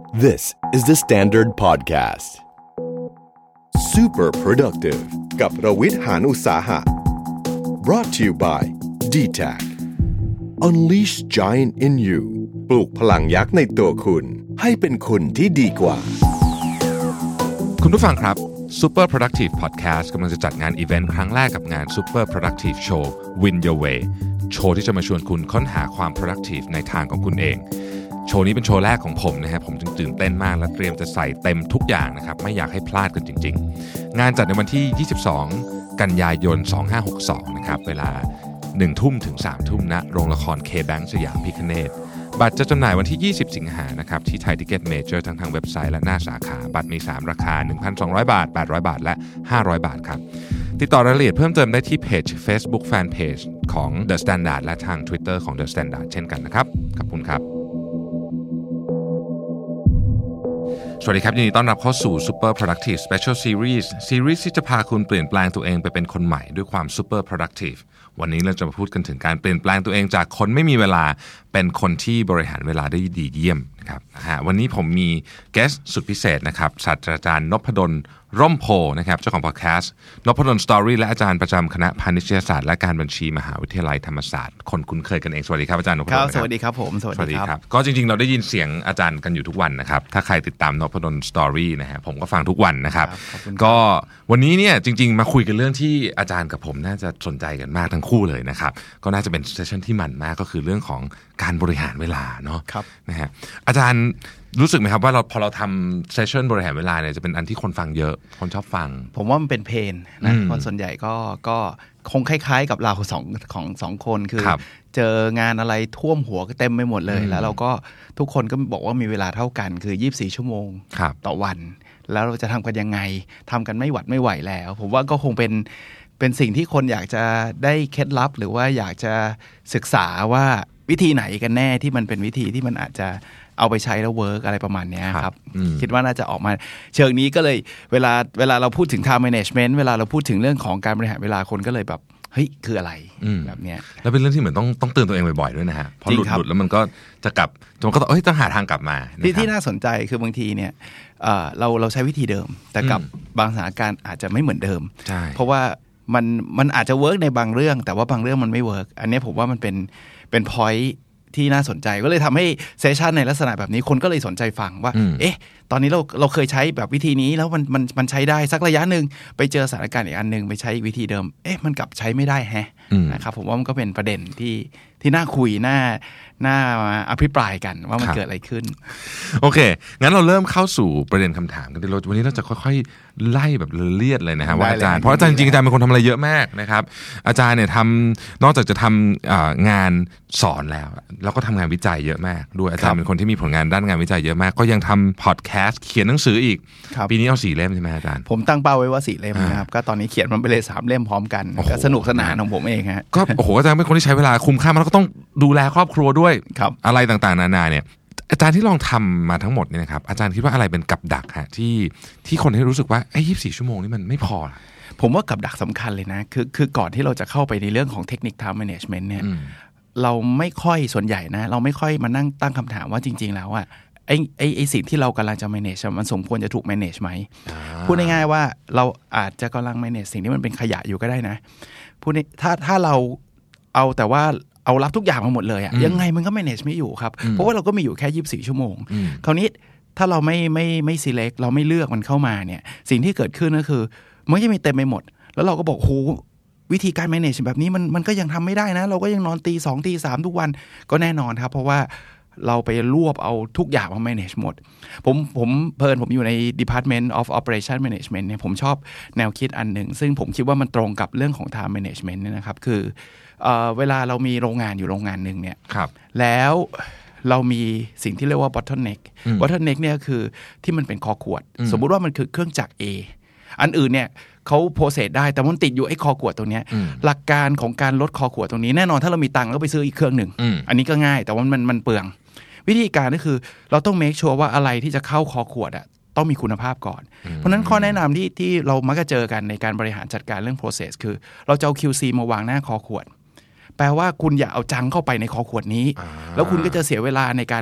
This is the Standard Podcast. Super productive กับรวิทย์ หาญอุตสาหะ Brought to you by DTAC. Unleash Giant in You ปลูกพลังยักษ์ในตัวคุณให้เป็นคุณที่ดีกว่าคุณผู้ฟังครับ Super Productive Podcast กำลังจะจัดงานอีเวนต์ครั้งแรกกับงาน Super Productive Show Win Your Way โชว์ที่จะมาชวนคุณค้นหาความ productive ในทางของคุณเองโชว์นี้เป็นโชว์แรกของผมนะครับผมจึงตื่นเต้นมากและเตรียมจะใส่เต็มทุกอย่างนะครับไม่อยากให้พลาดกันจริงๆงานจัดในวันที่22กันยายน2562นะครับเวลา 1 ทุ่มถึง 3 ทุ่มณโรงละคร K-Bank สยามพิคเนตบัตรจะจำหน่ายวันที่20สิงหายนนะครับที่ Thai Ticket Major ทั้งทางเว็บไซต์และหน้าสาขาบัตรมี3ราคา 1,200 บาท 800 บาทและ500 บาทครับติดต่อรายละเอียดเพิ่มเติมได้ที่เพจ Facebook Fanpage ของ The Standard และทาง Twitter ของ The Standard เช่นกันนะครับขอบคุณครับสวัสดีครับยินดีต้อนรับเข้าสู่ Super Productive Special Series ที่จะพาคุณเปลี่ยนแปลงตัวเองไปเป็นคนใหม่ด้วยความ Super Productive วันนี้เราจะมาพูดกันถึงการเปลี่ยนแปลงตัวเองจากคนไม่มีเวลาเป็นคนที่บริหารเวลาได้ดีเยี่ยมนะครับวันนี้ผมมี guest สุดพิเศษนะครับศาสตราจารย์นพดลร่มโพนะครับเจ้าของพอดแคสต์นพดลสตอรี่และอาจารย์ประจำคณะพาณิชยศาสตร์และการบัญชีมหาวิทยาลัยธรรมศาสตร์คนคุ้นเคยกันเองสวัสดีครับอาจารย์นพดลสวัสดีครับผมสวัสดีครับก็จริงๆเราได้ยินเสียงอาจารย์กันอยู่ทุกวันนะครับถ้าใครติดตามนพดลสตอรี่นะฮะผมก็ฟังทุกวันนะครับก็วันนี้เนี่ยจริงๆมาคุยกันเรื่องที่อาจารย์กับผมน่าจะสนใจกันมากทั้งคู่เลยนะครับก็น่าจะเป็นเซสชั่นที่มันมากก็คือเรื่องของการบริหารเวลาเนาะนะฮะอาจารย์รู้สึกไหมครับว่าพอเราทำเซสชั่นบริหารเวลาเนี่ยจะเป็นอันที่คนฟังเยอะคนชอบฟังผมว่ามันเป็นเพนนะคนส่วนใหญ่ก็คงคล้ายๆกับเราสองคนคือเจองานอะไรท่วมหัวก็เต็มไปหมดเลยแล้วเราก็ทุกคนก็บอกว่ามีเวลาเท่ากันคือ24ชั่วโมงต่อวันแล้วเราจะทำกันยังไงทำกันไม่หวัดไม่ไหวแล้วผมว่าก็คงเป็นสิ่งที่คนอยากจะได้เคล็ดลับหรือว่าอยากจะศึกษาว่าวิธีไหนกันแน่ที่มันเป็นวิธีที่มันอาจจะเอาไปใช้แล้วเวิร์กอะไรประมาณนี้ครับคิดว่าน่าจะออกมาเชิงนี้ก็เลยเวลาเราพูดถึง time management เวลาเราพูดถึงเรื่องของการบริหารเวลาคนก็เลยแบบเฮ้ยคืออะไรแบบเนี้ยแล้วเป็นเรื่องที่เหมือนต้องเตือนตัวเองบ่อยๆด้วยนะฮะพอหลุดแล้วมันก็จะกลับมันก็ต้องหาทางกลับมาที่น่าสนใจคือบางทีเนี่ยเราใช้วิธีเดิมแต่กับบางสถานการณ์อาจจะไม่เหมือนเดิมเพราะว่ามันอาจจะเวิร์กในบางเรื่องแต่ว่าบางเรื่องมันไม่เวิร์กอันนี้ผมว่ามันเป็น point ที่น่าสนใจก็เลยทำให้เซสชันในลักษณะแบบนี้คนก็เลยสนใจฟังว่าเอ๊ะตอนนี้เราเคยใช้แบบวิธีนี้แล้วมันใช้ได้สักระยะหนึ่งไปเจอสถานการณ์อีกอันนึงไปใช้วิธีเดิมเอ๊ะมันกลับใช้ไม่ได้แฮะนะครับผมว่ามันก็เป็นประเด็นที่น่าคุยน่าอภิปรายกันว่ามันเกิดอะไรขึ้นโอเคงั้นเราเริ่มเข้าสู่ประเด็นคำถามกันเลยวันนี้เราจะค่อยๆไล่แบบเลียดเลยนะครับว่าอาจารย์เพราะอาจารย์จริงอาจารย์เป็นคนทำอะไรเยอะมากนะครับอาจารย์เนี่ยนอกจากจะทำงานสอนแล้วก็ทำงานวิจัยเยอะมากด้วยอาจารย์เป็นคนที่มีผลงานด้านงานวิจัยเยอะมากก็ยังทำพอดแคสต์เขียนหนังสืออีกปีนี้เอา4 เล่มใช่ไหมอาจารย์ผมตั้งเป้าไว้ว่า4 เล่มนะครับก็ตอนนี้เขียนมันไปเลย3 เล่มพร้อมกันก็สนุกสนานของผมเองฮะก็โอ้โหอาจารย์เป็นคนที่ใช้เวลาคุ้มค่ามากแล้วก็ต้องดูแลครอบครัวด้วยอะไรต่างๆนานาเนี่ยอาจารย์ที่ลองทำมาทั้งหมดเนี่ยนะครับอาจารย์คิดว่าอะไรเป็นกับดักฮะที่คนที่รู้สึกว่าไอ้24 ชั่วโมงนี่มันไม่พอผมว่ากับดักสำคัญเลยนะคือก่อนที่เราจะเข้าไปในเรื่องของเทคนิค time management เนี่ยเราไม่ค่อยส่วนใหญ่นะเราไม่ค่อยมานั่งตั้งคำถามว่าจริงๆแล้วอะไอ้สิ่งที่เรากำลังจะ manage มันสมควรจะถูก manage ไหมพูดง่ายๆว่าเราอาจจะกำลัง manage สิ่งที่มันเป็นขยะอยู่ก็ได้นะพูดถ้าเราเอาแต่ว่าเอารับทุกอย่างมาหมดเลยอะยังไงมันก็ manage ไม่อยู่ครับเพราะว่าเราก็มีอยู่แค่24 ชั่วโมงคราวนี้ถ้าเราไม่ select เราไม่เลือกมันเข้ามาเนี่ยสิ่งที่เกิดขึ้นก็คือมันจะมีเต็มไปหมดแล้วเราก็บอกโหวิธีการ manage แบบนี้มันก็ยังทำไม่ได้นะเราก็ยังนอนตี 2 ตี 3ทุกวันก็แน่นอนครับเพราะว่าเราไปรวบเอาทุกอย่างมา manage หมดผมอยู่ใน Department of Operation Management เนี่ยผมชอบแนวคิดอันหนึ่งซึ่งผมคิดว่ามันตรงกับเรื่องของ time management เนี่ยนะครับคือเวลาเรามีโรงงานอยู่โรงงานหนึ่งเนี่ยแล้วเรามีสิ่งที่เรียกว่า bottleneck เนี่ยคือที่มันเป็นคอขวดสมมุติว่ามันคือเครื่องจักร A อันอื่นเนี่ยเขาโปรเซสได้แต่มันติดอยู่ไอ้คอขวดตรงนี้หลักการของการลดคอขวดตรงนี้แน่นอนถ้าเรามีตังค์ก็ไปซื้ออีกเครื่องหนึ่งอันนี้ก็ง่ายแต่ว่ามันเปลืองวิธีการก็คือเราต้อง make sure ว่าอะไรที่จะเข้าคอขวดอะต้องมีคุณภาพก่อนเพราะนั้นข้อแนะนำที่เรามักจะเจอกันในการบริหารจัดการเรื่อง process คือเราจะเอา QC มาวางหน้าคอขวด แปลว่าคุณอย่าเอาจังเข้าไปในคอขวดนี้แล้วคุณก็จะเสียเวลาในการพ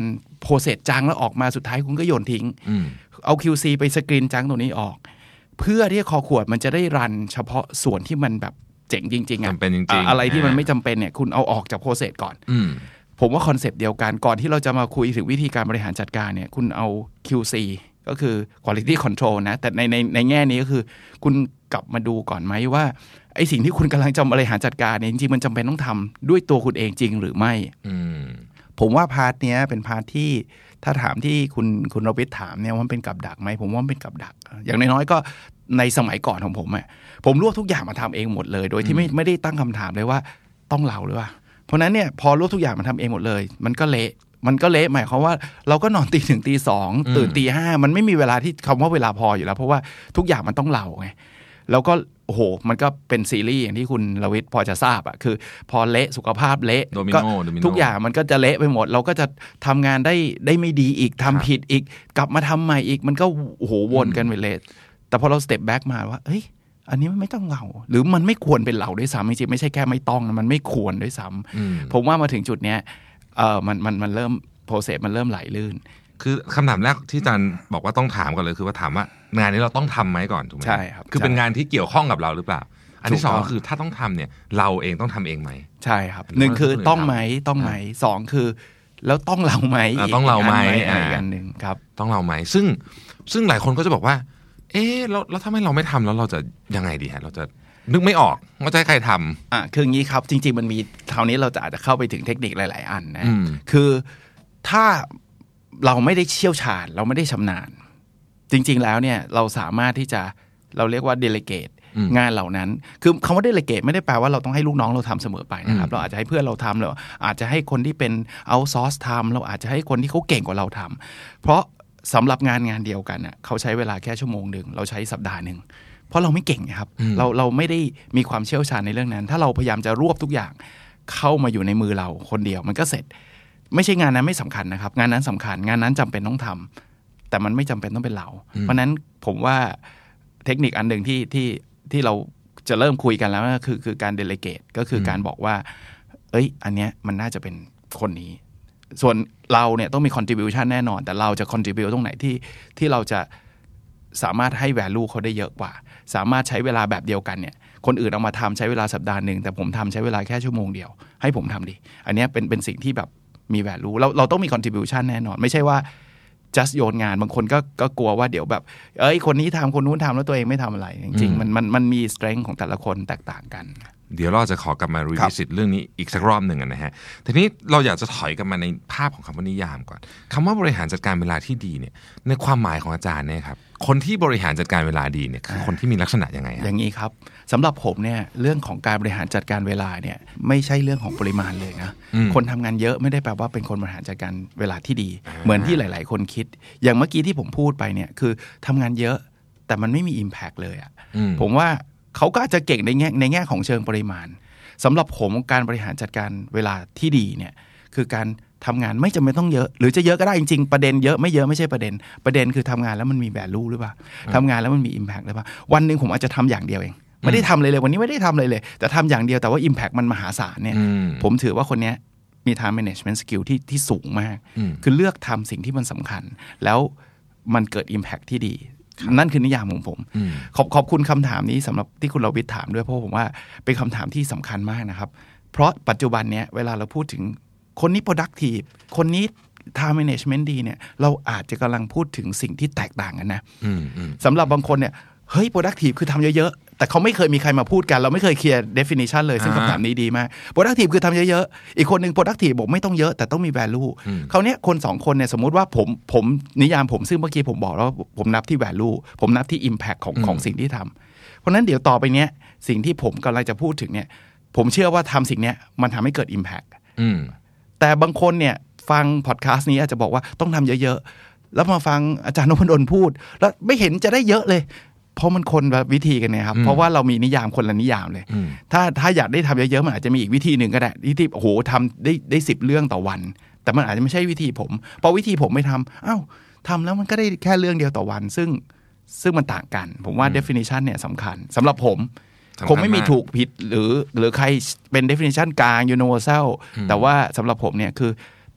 process จังแล้วออกมาสุดท้ายคุณก็โยนทิ้งเอา QC ไปสกรีนจังตัวนี้ออกเพื่อที่คอขวดมันจะได้รันเฉพาะส่วนที่มันแบบเจ๋งจริงๆอ่ะอะไรที่มันไม่จำเป็นเนี่ยคุณเอาออกจาก process ก่อนผมว่าคอนเซปต์เดียวกันก่อนที่เราจะมาคุยถึงวิธีการบริหารจัดการเนี่ยคุณเอา QC ก็คือ quality control นะแต่ในแง่นี้ก็คือคุณกลับมาดูก่อนไหมว่าไอ้สิ่งที่คุณกำลังจะบริหารจัดการเนี่ยจริงๆมันจำเป็นต้องทำด้วยตัวคุณเองจริงหรือไม่ผมว่าพาร์ทเนี้ยเป็นพาร์ทที่ถ้าถามที่คุณรวิทย์ถามเนี่ยว่ามันเป็นกับดักไหมผมว่ามันเป็นกับดักอย่างน้อยๆก็ในสมัยก่อนของผมผมรวบทุกอย่างมาทำเองหมดเลยโดยที่ไม่ได้ตั้งคำถามเลยว่าต้องเราหรือว่าเพราะนั้นเนี่ยพอรวบทุกอย่างมาทำเองหมดเลยมันก็เละหมายความว่าเราก็นอนตี 1 ตี 2ตื่นตี 5มันไม่มีเวลาที่คำว่าเวลาพออยู่แล้วเพราะว่าทุกอย่างมันต้องเราไงแล้วก็โอ้โหมันก็เป็นซีรีส์อย่างที่คุณรวิทย์พอจะทราบอ่ะคือพอเละสุขภาพเละก็ทุกอย่างมันก็จะเละไปหมดเราก็จะทำงานได้ไม่ดีอีกทำผิดอีกกลับมาทำใหม่อีกมันก็โอ้โหวนกันไปเลยแต่พอเราสเต็ปแบ็กมาว่าเฮ้ยอันนี้มันไม่ต้องเราหรือมันไม่ควรเป็นเราด้วยซ้ำจริงๆไม่ใช่แค่ไม่ต้องมันไม่ควรด้วยซ้ำผมว่ามาถึงจุดเนี้ยมันเริ่มโปรเซสมันเริ่มไหลลื่นคือคำถามแรกที่อาจารย์บอกว่าต้องถามก่อนเลยคือว่าถามว่างานนี้เราต้องทำไหมก่อนถูกไหมใช่ครับคือเป็นงานที่เกี่ยวข้องกับเราหรือเปล่าอันที่สองคือถ้าต้องทำเนี่ยเราเองต้องทำเองไหมใช่ครับหนึ่งคือต้องไหมสองคือแล้วต้องเราไหมต้องเราไหมอีกอันหนึ่งครับต้องเราไหมซึ่งหลายคนก็จะบอกว่าแล้วถ้าเราไม่ทำแล้วเราจะยังไงดีฮะเราจะนึกไม่ออกว่าจะให้ใครทำคืออย่างนี้ครับจริงๆมันมีคราวนี้เราจะอาจจะเข้าไปถึงเทคนิคหลายๆอันนะคือถ้าเราไม่ได้เชี่ยวชาญเราไม่ได้ชำนาญจริงๆแล้วเนี่ยเราสามารถที่จะเราเรียกว่า delegate งานเหล่านั้นคือคำว่า delegate ไม่ได้แปลว่าเราต้องให้ลูกน้องเราทำเสมอไปนะครับเราอาจจะให้เพื่อนเราทำเราอาจจะให้คนที่เป็น outsource ทำเราอาจจะให้คนที่เขาเก่งกว่าเราทำเพราะสำหรับงานเดียวกันน่ะเขาใช้เวลาแค่ชั่วโมงนึงเราใช้สัปดาห์นึงเพราะเราไม่เก่งครับเราไม่ได้มีความเชี่ยวชาญในเรื่องนั้นถ้าเราพยายามจะรวบทุกอย่างเข้ามาอยู่ในมือเราคนเดียวมันก็เสร็จไม่ใช่งานนั้นไม่สำคัญนะครับงานนั้นสำคัญงานนั้นจำเป็นต้องทำแต่มันไม่จำเป็นต้องเป็นเราเพราะนั้นผมว่าเทคนิคอันหนึ่งที่เราจะเริ่มคุยกันแล้วก็คือการเดเลเกตก็คือการบอกว่าอันเนี้ยมันน่าจะเป็นคนนี้ส่วนเราเนี่ยต้องมี contribution แน่นอนแต่เราจะ contribute ตรงไหนที่เราจะสามารถให้ value เขาได้เยอะกว่าสามารถใช้เวลาแบบเดียวกันเนี่ยคนอื่นเอามาทำใช้เวลาสัปดาห์นึงแต่ผมทำใช้เวลาแค่ชั่วโมงเดียวให้ผมทำดิอันนี้เป็นสิ่งที่แบบมี value เราต้องมี contribution แน่นอนไม่ใช่ว่า just โยนงานบางคนก็กลัวว่าเดี๋ยวแบบคนนี้ทำคนนู้นทำแล้วตัวเองไม่ทำอะไรจริงๆมันมี strength ของแต่ละคนแตกต่างกันเดี๋ยวเราจะขอกลับมารีวิสิตเรื่องนี้อีกสักรอบหนึ่งนะฮะทีนี้เราอยากจะถอยกันมาในภาพของคำว่านิยามก่อนคำว่าบริหารจัดการเวลาที่ดีเนี่ยในความหมายของอาจารย์เนี่ยครับคนที่บริหารจัดการเวลาดีเนี่ยคือคนที่มีลักษณะยังไงอย่างนี้ครับสำหรับผมเนี่ยเรื่องของการบริหารจัดการเวลาเนี่ยไม่ใช่เรื่องของปริมาณเลยนะคนทำงานเยอะไม่ได้แปลว่าเป็นคนบริหารจัดการเวลาที่ดีเหมือนที่หลายๆคนคิดอย่างเมื่อกี้ที่ผมพูดไปเนี่ยคือทำงานเยอะแต่มันไม่มี impact เลยอ่ะผมว่าเขาก็อาจจะเก่งในแง่ของเชิงปริมาณสำหรับผมการบริหารจัดการเวลาที่ดีเนี่ยคือการทำงานไม่จำเป็นต้องเยอะหรือจะเยอะก็ได้จริงๆประเด็นเยอะไม่เยอะไม่ใช่ประเด็นคือทำงานแล้วมันมี value หรือเปล่าทำงานแล้วมันมี impact หรือเปล่าวันนึงผมอาจจะทำอย่างเดียวเองไม่ได้ทำเลยวันนี้ไม่ได้ทำเลยแต่ทำอย่างเดียวแต่ว่า impact มันมหาศาลเนี่ยผมถือว่าคนนี้มี time management skill ที่สูงมากคือเลือกทำสิ่งที่มันสำคัญแล้วมันเกิด impact ที่ดีนั่นคือนิยามของผมขอบคุณคำถามนี้สำหรับที่คุณรวิทย์ถามด้วยเพราะผมว่าเป็นคำถามที่สำคัญมากนะครับเพราะปัจจุบันเนี้ยเวลาเราพูดถึงคนนี้ productive คนนี้ time management ดีเนี่ยเราอาจจะกำลังพูดถึงสิ่งที่แตกต่างกันนะสำหรับบางคนเนี่ยเฮ้ย productive คือทำเยอะๆแต่เขาไม่เคยมีใครมาพูดกันเราไม่เคยเคลียร์ definition เลยซึ่งคำถามนี้ดีมาก productive คือทำเยอะๆอีกคนหนึ่ง productive บอกไม่ต้องเยอะแต่ต้องมี value คราวนี้คน2คนเนี่ยสมมุติว่าผมนิยามผมซึ่งเมื่อกี้ผมบอกแล้วผมนับที่ value ผมนับที่ impact ของสิ่งที่ทำเพราะนั้นเดี๋ยวต่อไปเนี้ยสิ่งที่ผมกำลังจะพูดถึงเนี่ยผมเชื่อว่าทำสิ่งเนี้ยมันทำให้เกิด impact แต่บางคนเนี่ยฟังพอดแคสต์นี้อาจจะบอกว่าต้องทำเยอะๆแล้วมาฟังอาจารย์นพดลพูดแล้วไม่เห็นจะได้เยอะเลยเพราะมันคนแบบวิธีกันเนี่ยครับเพราะว่าเรามีนิยามคนละนิยามเลยถ้าอยากได้ทำเยอะๆมันอาจจะมีอีกวิธีหนึ่งก็ได้ที่โอ้โหทำได้10เรื่องต่อวันแต่มันอาจจะไม่ใช่วิธีผมเพราะวิธีผมไม่ทำทำแล้วมันก็ได้แค่เรื่องเดียวต่อวันซึ่งมันต่างกันผมว่า definition เนี่ยสำคัญสำหรับผมคงไม่มีถูกผิดหรือใครเป็น definition กลาง universal แต่ว่าสำหรับผมเนี่ยคือ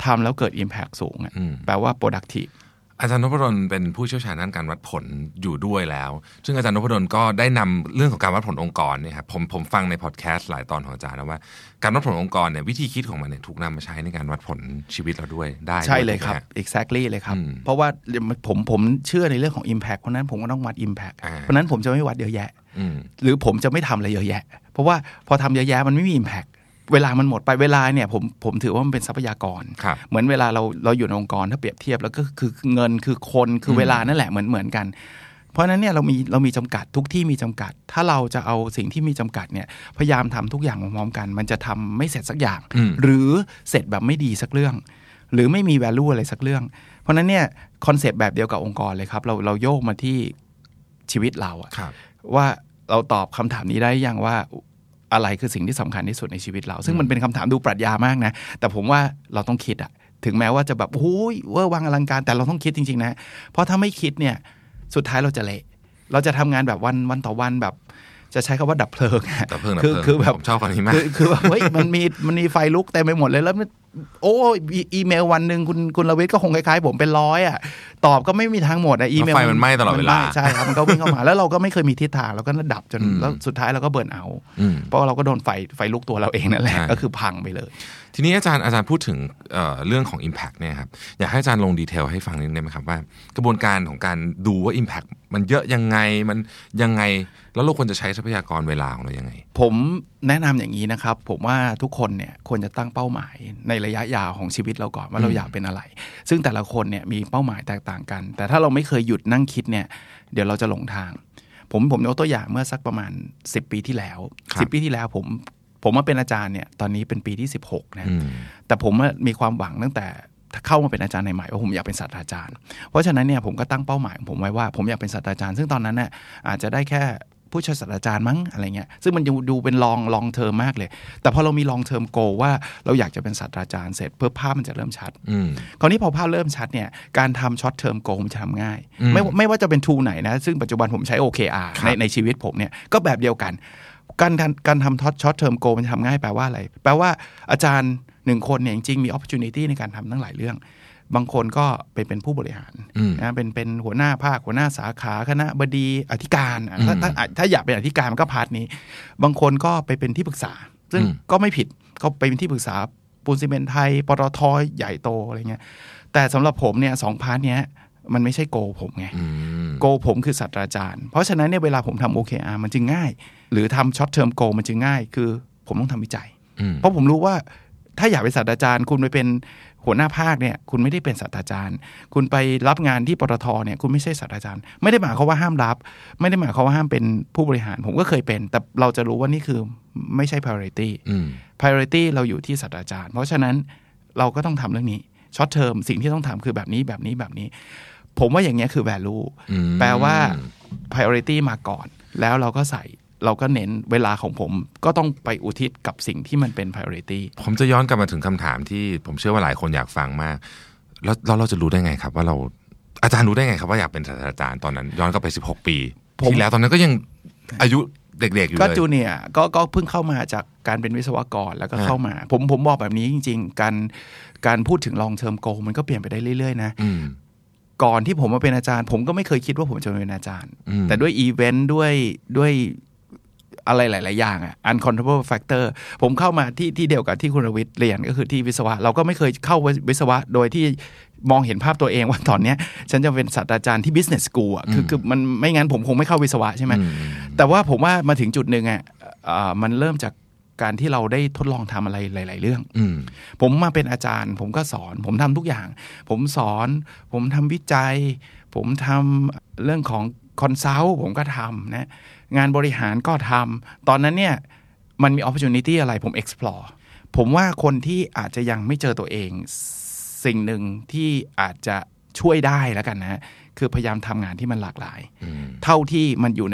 ทำแล้วเกิด impact สูงแปลว่า productive อาจารย์นพดลเป็นผู้เชี่ยวชาญด้านการวัดผลอยู่ด้วยแล้วซึ่งอาจารย์นพดลก็ได้นำเรื่องของการวัดผลองค์กรเนี่ยครับผมฟังในพอดแคสต์หลายตอนของอาจารย์นะว่าการวัดผลองค์กรเนี่ยวิธีคิดของมันเนี่ยถูกนำมาใช้ในการวัดผลชีวิตเราด้วยได้ใช่เลยครับ exactly เลยครับเพราะว่าผมเชื่อในเรื่องของ impact เพราะนั้นผมก็ต้องวัด impact เพราะนั้นผมจะไม่วัดเยอะแยะหรือผมจะไม่ทำอะไรเยอะแยะเพราะว่าพอทำเยอะแยะมันไม่มี impactเวลามันหมดไปเวลาเนี่ยผมถือว่ามันเป็นทรัพยากรเหมือนเวลาเราอยู่ในองค์กรถ้าเปรียบเทียบแล้วก็คือเงินคือคนคือเวลานั่นแหละเหมือนกันเพราะฉะนั้นเนี่ยเรามีจำกัดทุกที่มีจำกัดถ้าเราจะเอาสิ่งที่มีจำกัดเนี่ยพยายามทำทุกอย่างพร้อมๆกันมันจะทำไม่เสร็จสักอย่างหรือเสร็จแบบไม่ดีสักเรื่องหรือไม่มี value อะไรสักเรื่องเพราะฉะนั้นเนี่ยคอนเซปต์แบบเดียวกับองค์กรเลยครับเราโยกมาที่ชีวิตเราอะว่าเราตอบคำถามนี้ได้ยังว่าอะไรคือสิ่งที่สำคัญที่สุดในชีวิตเราซึ่งมันเป็นคำถามดูปรัชญามากนะแต่ผมว่าเราต้องคิดอะถึงแม้ว่าจะแบบโอ้ยเวอร์วังอลังการแต่เราต้องคิดจริงๆนะเพราะถ้าไม่คิดเนี่ยสุดท้ายเราจะเละเราจะทำงานแบบวันต่อวันแบบจะใช้คำว่าดับเพลิงคือแบบชอบคนนี้มากคือแบบเฮ้ยมันมีไฟลุกเต็มไปหมดเลยแล้วโอ้อีเมลวันนึงคุณรวิทย์ก็คงคล้ายๆผมเป็น100อ่ะตอบก็ไม่มีทางหมดอ่ะอีเมลไฟมันไหม้ตลอดเวลาใช่ครับมันก็วิ่งเข้ามาแล้วเราก็ไม่เคยมีทิศทางเราก็ดับจนแล้วสุดท้ายเราก็เบิร์นเอาเพราะเราก็โดนไฟลุกตัวเราเองนั่นแหละก็คือพังไปเลยทีนี้อาจารย์พูดถึงเรื่องของ Impact เนี่ยครับอยากให้อาจารย์ลงดีเทลให้ฟังนิดนึงได้ไหมครับว่ากระบวนการของการดูว่า Impact มันเยอะยังไงมันยังไงแล้วเราควรจะใช้ทรัพยากรเวลาของเรายังไงผมแนะนำอย่างนี้นะครับผมว่าทุกคนเนี่ยควรจะตั้งเป้าหมายในระยะยาวของชีวิตเราก่อนว่าเราอยากเป็นอะไรซึ่งแต่ละคนเนี่ยมีเป้าหมายแตกต่างกันแต่ถ้าเราไม่เคยหยุดนั่งคิดเนี่ยเดี๋ยวเราจะหลงทางผมยกตัวอย่างเมื่อสักประมาณ10 ปีที่แล้ว10 ปีที่แล้วผมมาเป็นอาจารย์เนี่ยตอนนี้เป็นปีที่16นะแต่ผมมีความหวังตั้งแต่เข้ามาเป็นอาจารย์ใหม่ๆว่าผมอยากเป็นศาสตราจารย์เพราะฉะนั้นเนี่ยผมก็ตั้งเป้าหมายของผมไว้ว่าผมอยากเป็นศาสตราจารย์ซึ่งตอนนั้นเนี่ยอาจจะได้แค่ผู้ช่วยศาสตราจารย์มั้งอะไรเงี้ยซึ่งมันดูเป็นลองเทอมมากเลยแต่พอเรามีลองเทอมโกว่าเราอยากจะเป็นศาสตราจารย์เสร็จเพื่อภาพมันจะเริ่มชัดคราวนี้พอภาพเริ่มชัดเนี่ยการทำช็อตเทอมโกมันจะทำง่ายไม่ว่าจะเป็นทูไหนนะซึ่งปัจจุบันผมใช้ OKR ในชีวิตผมเนี่ยก็แบบเดียวกันการทำช็อตเทอมโกมันทำง่ายแปลว่าอะไรแปลว่าอาจารย์1คนเนี่ยจริงๆมี opportunity ในการทำทั้งหลายเรื่องบางคนก็เป็นผู้บริหารนะเป็นหัวหน้าภาคหัวหน้าสาขาคณะบดีอธิการถ้าอยากเป็นอธิการมันก็พาร์ทนี้บางคนก็ไปเป็นที่ปรึกษาซึ่งก็ไม่ผิดก็ไปเป็นที่ปรึกษาปูนซีเมนต์ไทยปตท.ใหญ่โตอะไรเงี้ยแต่สำหรับผมเนี่ย2 พาร์ทเนี้ยมันไม่ใช่โกผมไงโกผมคือศาสตราจารย์เพราะฉะนั้นเนี่ยเวลาผมทำ OKR มันจึงง่ายหรือทำช็อตเทอมโกมันจึงง่ายคือผมต้องทำวิจัยเพราะผมรู้ว่าถ้าอยากเป็นศาสตราจารย์คุณไปเป็นหัวหน้าภาคเนี่ยคุณไม่ได้เป็นศาสตราจารย์คุณไปรับงานที่ปตท.เนี่ยคุณไม่ใช่ศาสตราจารย์ไม่ได้หมายความว่าห้ามรับไม่ได้หมายความว่าห้ามเป็นผู้บริหารผมก็เคยเป็นแต่เราจะรู้ว่านี่คือไม่ใช่ priority priority เราอยู่ที่ศาสตราจารย์เพราะฉะนั้นเราก็ต้องทำเรื่องนี้ช็อตเทอมสิ่งที่ต้องทำคือแบบนี้ผมว่าอย่างเงี้ยคือ value แปลว่า priority มาก่อนแล้วเราก็เน้นเวลาของผมก็ต้องไปอุทิศกับสิ่งที่มันเป็น priority ผมจะย้อนกลับมาถึงคำถามที่ผมเชื่อว่าหลายคนอยากฟังมากแล้วเราจะรู้ได้ไงครับว่าอาจารย์รู้ได้ไงครับว่าอยากเป็นศาสตราจารย์ตอนนั้นย้อนกลับไป16 ปีที่แล้วตอนนั้นก็ยังอายุเด็กๆอยู่เลยก็จูเนียร์ก็เพิ่งเข้ามาจากการเป็นวิศวกรแล้วก็เข้ามาผมบอกแบบนี้จริงๆการพูดถึง long term goal มันก็เปลี่ยนไปได้เรื่อยๆนะก่อนที่ผมมาเป็นอาจารย์ผมก็ไม่เคยคิดว่าผมจะเป็นอาจารย์แต่ด้วยอีเวนต์ด้วยอะไรหลายๆอย่างอ่ะ uncontrollable factor ผมเข้ามาที่เดียวกับที่คุณรวิทย์เรียนก็คือที่วิศวะเราก็ไม่เคยเข้าวิศวะโดยที่มองเห็นภาพตัวเองว่าตอนเนี้ยฉันจะเป็นศาสตราจารย์ที่ business school อ่ะคือมันไม่งั้นผมคงไม่เข้าวิศวะใช่ไหมแต่ว่าผมว่ามาถึงจุดนึงอ่ะมันเริ่มจากการที่เราได้ทดลองทำอะไรหลายๆเรื่องผมมาเป็นอาจารย์ผมก็สอนผมทำทุกอย่างผมสอนผมทำวิจัยผมทำเรื่องของคอนซัลท์ผมก็ทำนะงานบริหารก็ทำตอนนั้นเนี่ยมันมี opportunity อะไรผม explore ผมว่าคนที่อาจจะยังไม่เจอตัวเองสิ่งหนึ่งที่อาจจะช่วยได้แล้วกันนะคือพยายามทำงานที่มันหลากหลายเท่าที่มันอยู่ใน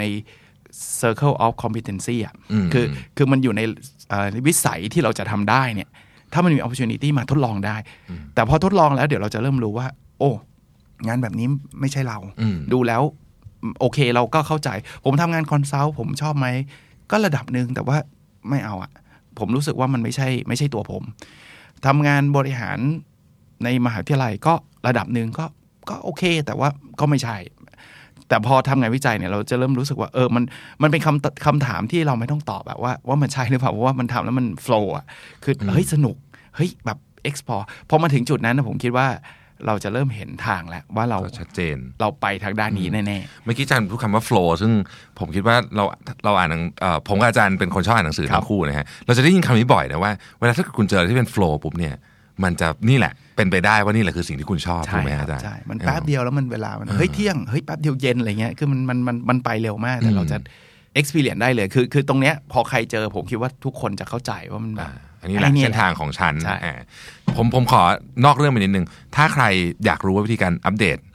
circle of competency อ่ะคือมันอยู่ในวิสัยที่เราจะทำได้เนี่ยถ้ามันมี opportunity มาทดลองได้แต่พอทดลองแล้วเดี๋ยวเราจะเริ่มรู้ว่าโอ้งานแบบนี้ไม่ใช่เราดูแล้วโอเคเราก็เข้าใจผมทำงานคอนซัลท์ผมชอบไหมก็ระดับหนึ่งแต่ว่าไม่เอาอะผมรู้สึกว่ามันไม่ใช่ตัวผมทำงานบริหารในมหาวิทยาลัยก็ระดับนึงก็โอเคแต่ว่าก็ไม่ใช่แต่พอทำงานวิจัยเนี่ยเราจะเริ่มรู้สึกว่ามันเป็นคำถามที่เราไม่ต้องตอบแบบว่ามันใช่หรือเปล่าเพราะว่ามันทำแล้วมันโฟล์อ่ะคือเฮ้ยสนุกเฮ้ยแบบ explore พอมาถึงจุดนั้นนะผมคิดว่าเราจะเริ่มเห็นทางแล้วว่าเราชัดเจนเราไปทางด้านนี้แน่ๆเมื่อกี้อาจารย์พูดคำว่า flow ซึ่งผมคิดว่าเราอ่านผมกับอาจารย์เป็นคนชอบอ่านหนังสือทั้งคู่นะฮะเราจะได้ยินคำนี้บ่อยนะว่าเวลาถ้าคุณเจอที่เป็น flow ปุ๊บเนี่ยมันจะนี่แหละเป็นไปได้ว่านี่แหละคือสิ่งที่คุณชอบถูกไหมอาจารย์ใช่มันแป๊บเดียวแล้วมันเวลามันเฮ้ยเที่ยงเฮ้ยแป๊บเดียวเย็นอะไรเงี้ยคือมันไปเร็วมากแต่เราจะ experience ได้เลยคือตรงเนี้ยพอใครเจอผมคิดว่าทุกคนจะเข้าใจว่ามันแบบอันนี้แหละเส้นทางของฉันผมขอนอกเรื่องไปนิดนึงถ้าใครอยากรู้ว่าวิธีการอัปเดต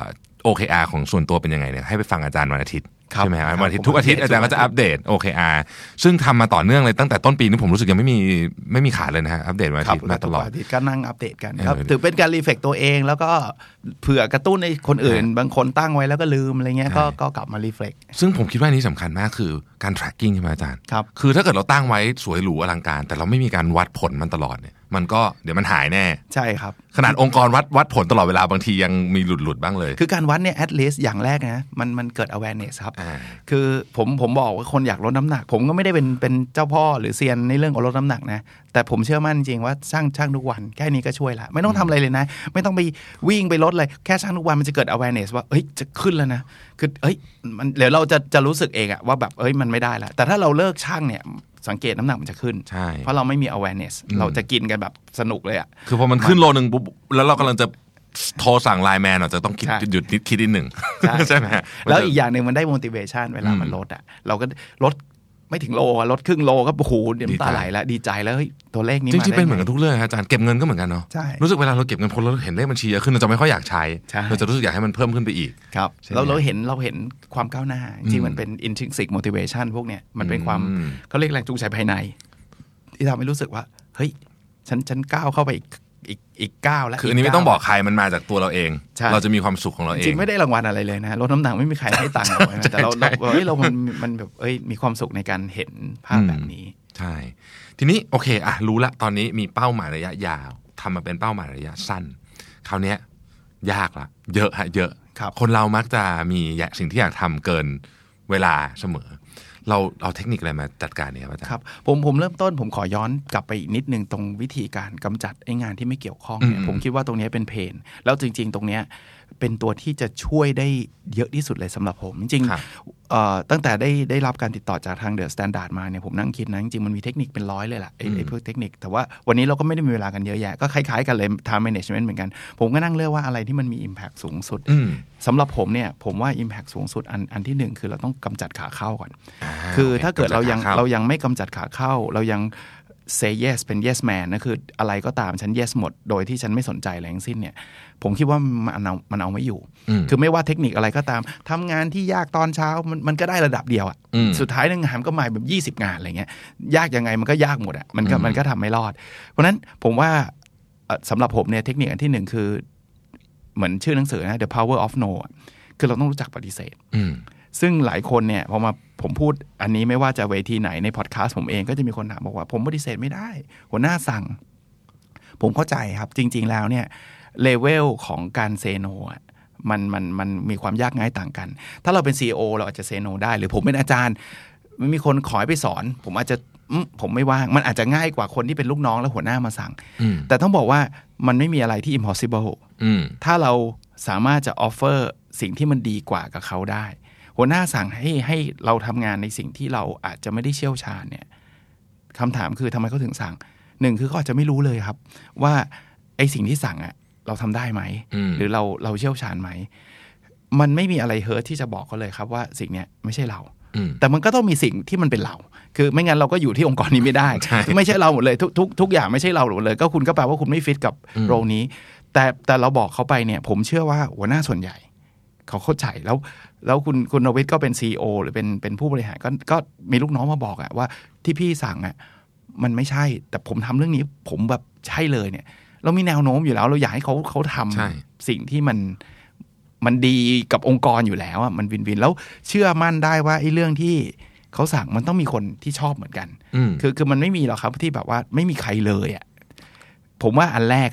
OKR ของส่วนตัวเป็นยังไงเนี่ยให้ไปฟังอาจารย์วันอาทิตย์ใช่ไหมครับวันอาทิตย์ทุกอาทิตย์อาจารย์ก็จะอัปเดต OKR ซึ่งทำมาต่อเนื่องเลยตั้งแต่ต้นปีนี้ผมรู้สึกยังไม่มีขาดเลยนะฮะอัปเดตวันอาทิตย์มาตลอดก็นั่งอัปเดตกันครับถือเป็นการรีเฟล็กตัวเองแล้วก็เผื่อกระตุ้นในคนอื่นบางคนตั้งไว้แล้วก็ลืมอะไรเงี้ยก็กลับมารีเฟล็กซึ่งผมคิดว่านี้สำคัญมากคือการ tracking ใช่ไหมอาจารย์ครับคือถ้าเกิดเราตั้งไว้สวยหรูอลังการแต่เราไม่มีการวัดผลมันตลอดเนี่ยมันก็เดี๋ยวมันหายแน่ใช่ครับขนาดองค์กรวัดผลตลอดเวลาบางทียังมีหลุดบ้างเลยคือการวัดเนี่ย at least อย่างแรกนะมันเกิด awareness ครับคือผมบอกว่าคนอยากลดน้ำหนักผมก็ไม่ได้เป็นเจ้าพ่อหรือเซียนในเรื่องของลดน้ำหนักนะแต่ผมเชื่อมั่นจริงว่าช่างทุกวันแค่นี้ก็ช่วยละไม่ต้องทำอะไรเลยนะไม่ต้องไปวิ่งไปลดเลยแค่ช่างทุกวันมันจะเกิด awareness ว่าเฮ้ยจะขึ้นแล้วนะคือเฮ้ยมันเดี๋ยวเราจะรู้สึกเองอะว่าแบบเฮ้ยมันไม่ได้แล้วแต่ถ้าเราเลิกช่างเนี่ยสังเกตน้ำหนักมันจะขึ้นเพราะเราไม่มี awareness เราจะกินกันแบบสนุกเลยอะคือพอมันขึ้นโลนึงปุ๊บแล้วเรากำลังจะโทรสั่งไลน์แมนเราจะต้องหยุดคิดนิดหนึ่งใช่ไหมแล้วอีกอย่างหนึ่งมันได้ motivation เวลามันลดอะเราก็ลดไม่ถึงโลลดครึ่งโลก็โอ้โหน้ำตาไหลแล้วดีใจแล้วเฮ้ยตัวเลขนี้จริงๆเป็นเหมือนกันทุกเรื่องอาจารย์เก็บเงินก็เหมือนกันเนาะรู้สึกเวลาเราเก็บเงินพอเราเห็นเลขบัญชีเยอะขึ้นเราจะไม่ค่อยอยากใช้เราจะรู้สึกอยากให้มันเพิ่มขึ้นไปอีกครับเราเห็นความก้าวหน้าจริงมันเป็น intrinsic motivation พวกเนี้ยมันเป็นความเขาเรียกแรงจูงใจภายในที่ทำให้รู้สึกว่าเฮ้ยฉันก้าวเข้าไปอีกก้าวแล้วคืออันนี้ไม่ต้องบอกใครมันมาจากตัวเราเองเราจะมีความสุขของเราเองจริงไม่ได้รางวัลอะไรเลยนะลดน้ำหนักไม่มีใครให้ตังค์เราแต่เรามันแบบมีความสุขในการเห็นภาพแบบนี้ใช่ทีนี้โอเคอ่ะรู้ละตอนนี้มีเป้าหมายระยะยาวทำมาเป็นเป้าหมายระยะสั้นคราวนี้ยากละเยอะคนเรามักจะมีสิ่งที่อยากทำเกินเวลาเสมอเราเอาเทคนิคอะไรมาจัดการเนี่ยอาจารย์ครับผมเริ่มต้นผมขอย้อนกลับไปอีกนิดนึงตรงวิธีการกำจัดไอ้งานที่ไม่เกี่ยวข้องเนี่ยผมคิดว่าตรงนี้เป็นเพนแล้วจริงๆตรงนี้เป็นตัวที่จะช่วยได้เยอะที่สุดเลยสำหรับผมจริงๆตั้งแต่ได้รับการติดต่อจากทางเดอะสแตนดาร์ดมาเนี่ยผมนั่งคิดนะจริงๆมันมีเทคนิคเป็นร้อยเลยล่ะไอ้พวกเทคนิคแต่ว่าวันนี้เราก็ไม่ได้มีเวลากันเยอะแยะก็คล้ายๆกันเลย time management เหมือนกันผมก็นั่งเลือกว่าอะไรที่มันมี impact สูงสุดสำหรับผมเนี่ยผมว่า impact สูงสุดอันที่หนึ่งคือเราต้องกำจัดขาเข้าก่อนคือถ้าเกิดเรายังไม่กำจัดขาเข้าเรายัง say yes เป็น yes man นะคืออะไรก็ตามฉัน yes หมดโดยที่ฉันไม่สนใจอะไรทั้งสิ้นเนี่ยผมคิดว่ามันเอาไม่อยู่คือไม่ว่าเทคนิคอะไรก็ตามทำงานที่ยากตอนเช้ามันก็ได้ระดับเดียวอ่ะสุดท้ายงานก็มาแบบ20งานอะไรเงี้ยยากยังไงมันก็ยากหมดอ่ะมันก็ทำไม่รอดเพราะฉะนั้นผมว่าสำหรับผมเนี่ยเทคนิคอันที่หนึ่งคือเหมือนชื่อหนังสือนะ The Power of No คือเราต้องรู้จักปฏิเสธซึ่งหลายคนเนี่ยพอมาผมพูดอันนี้ไม่ว่าจะเวทีไหนในพอดแคสต์ผมเองก็จะมีคนถามบอกว่าผมปฏิเสธไม่ได้หัวหน้าสั่งผมเข้าใจครับจริงๆแล้วเนี่ยเลเวลของการเซโนมันมีความยากง่ายต่างกันถ้าเราเป็น CEO เราอาจจะเซโนได้หรือผมเป็นอาจารย์มันมีคนขอให้ไปสอนผมอาจจะผมไม่ว่างมันอาจจะง่ายกว่าคนที่เป็นลูกน้องแล้วหัวหน้ามาสั่งแต่ต้องบอกว่ามันไม่มีอะไรที่ impossible ถ้าเราสามารถจะ offer สิ่งที่มันดีกว่ากับเขาได้หัวหน้าสั่งให้เราทำงานในสิ่งที่เราอาจจะไม่ได้เชี่ยวชาญเนี่ยคำถามคือทำไมเขาถึงสั่งหนึ่งคือเขาอาจจะไม่รู้เลยครับว่าไอ้สิ่งที่สั่งอ่ะเราทำได้ไหมหรือเราเชี่ยวชาญไหมมันไม่มีอะไรเฮิร์ทที่จะบอกเขาเลยครับว่าสิ่งเนี้ยไม่ใช่เราแต่มันก็ต้องมีสิ่งที่มันเป็นเราคือไม่งั้นเราก็อยู่ที่องค์กรนี้ไม่ได้ ไม่ใช่เราหมดเลยทุกอย่างไม่ใช่เราหมดเลยก็คุณก็แปลว่าคุณไม่ฟิตกับโรนี้แต่เราบอกเขาไปเนี่ยผมเชื่อว่าหัวหน้าส่วนใหญ่เขาเข้าใจแล้วคุณนวิทย์ก็เป็น CEO หรือเป็นผู้บริหารก็มีลูกน้องมาบอกอะว่าที่พี่สั่งอะมันไม่ใช่แต่ผมทำเรื่องนี้ผมแบบใช่เลยเนี่ยเรามีแนวโน้มอยู่แล้วเราอยากให้เขาทำสิ่งที่มันดีกับองค์กรอยู่แล้วอะมันวินแล้วเชื่อมั่นได้ว่าไอ้เรื่องที่เขาสั่งมันต้องมีคนที่ชอบเหมือนกันคือมันไม่มีหรอกครับที่แบบว่าไม่มีใครเลยอะผมว่าอันแรกอะ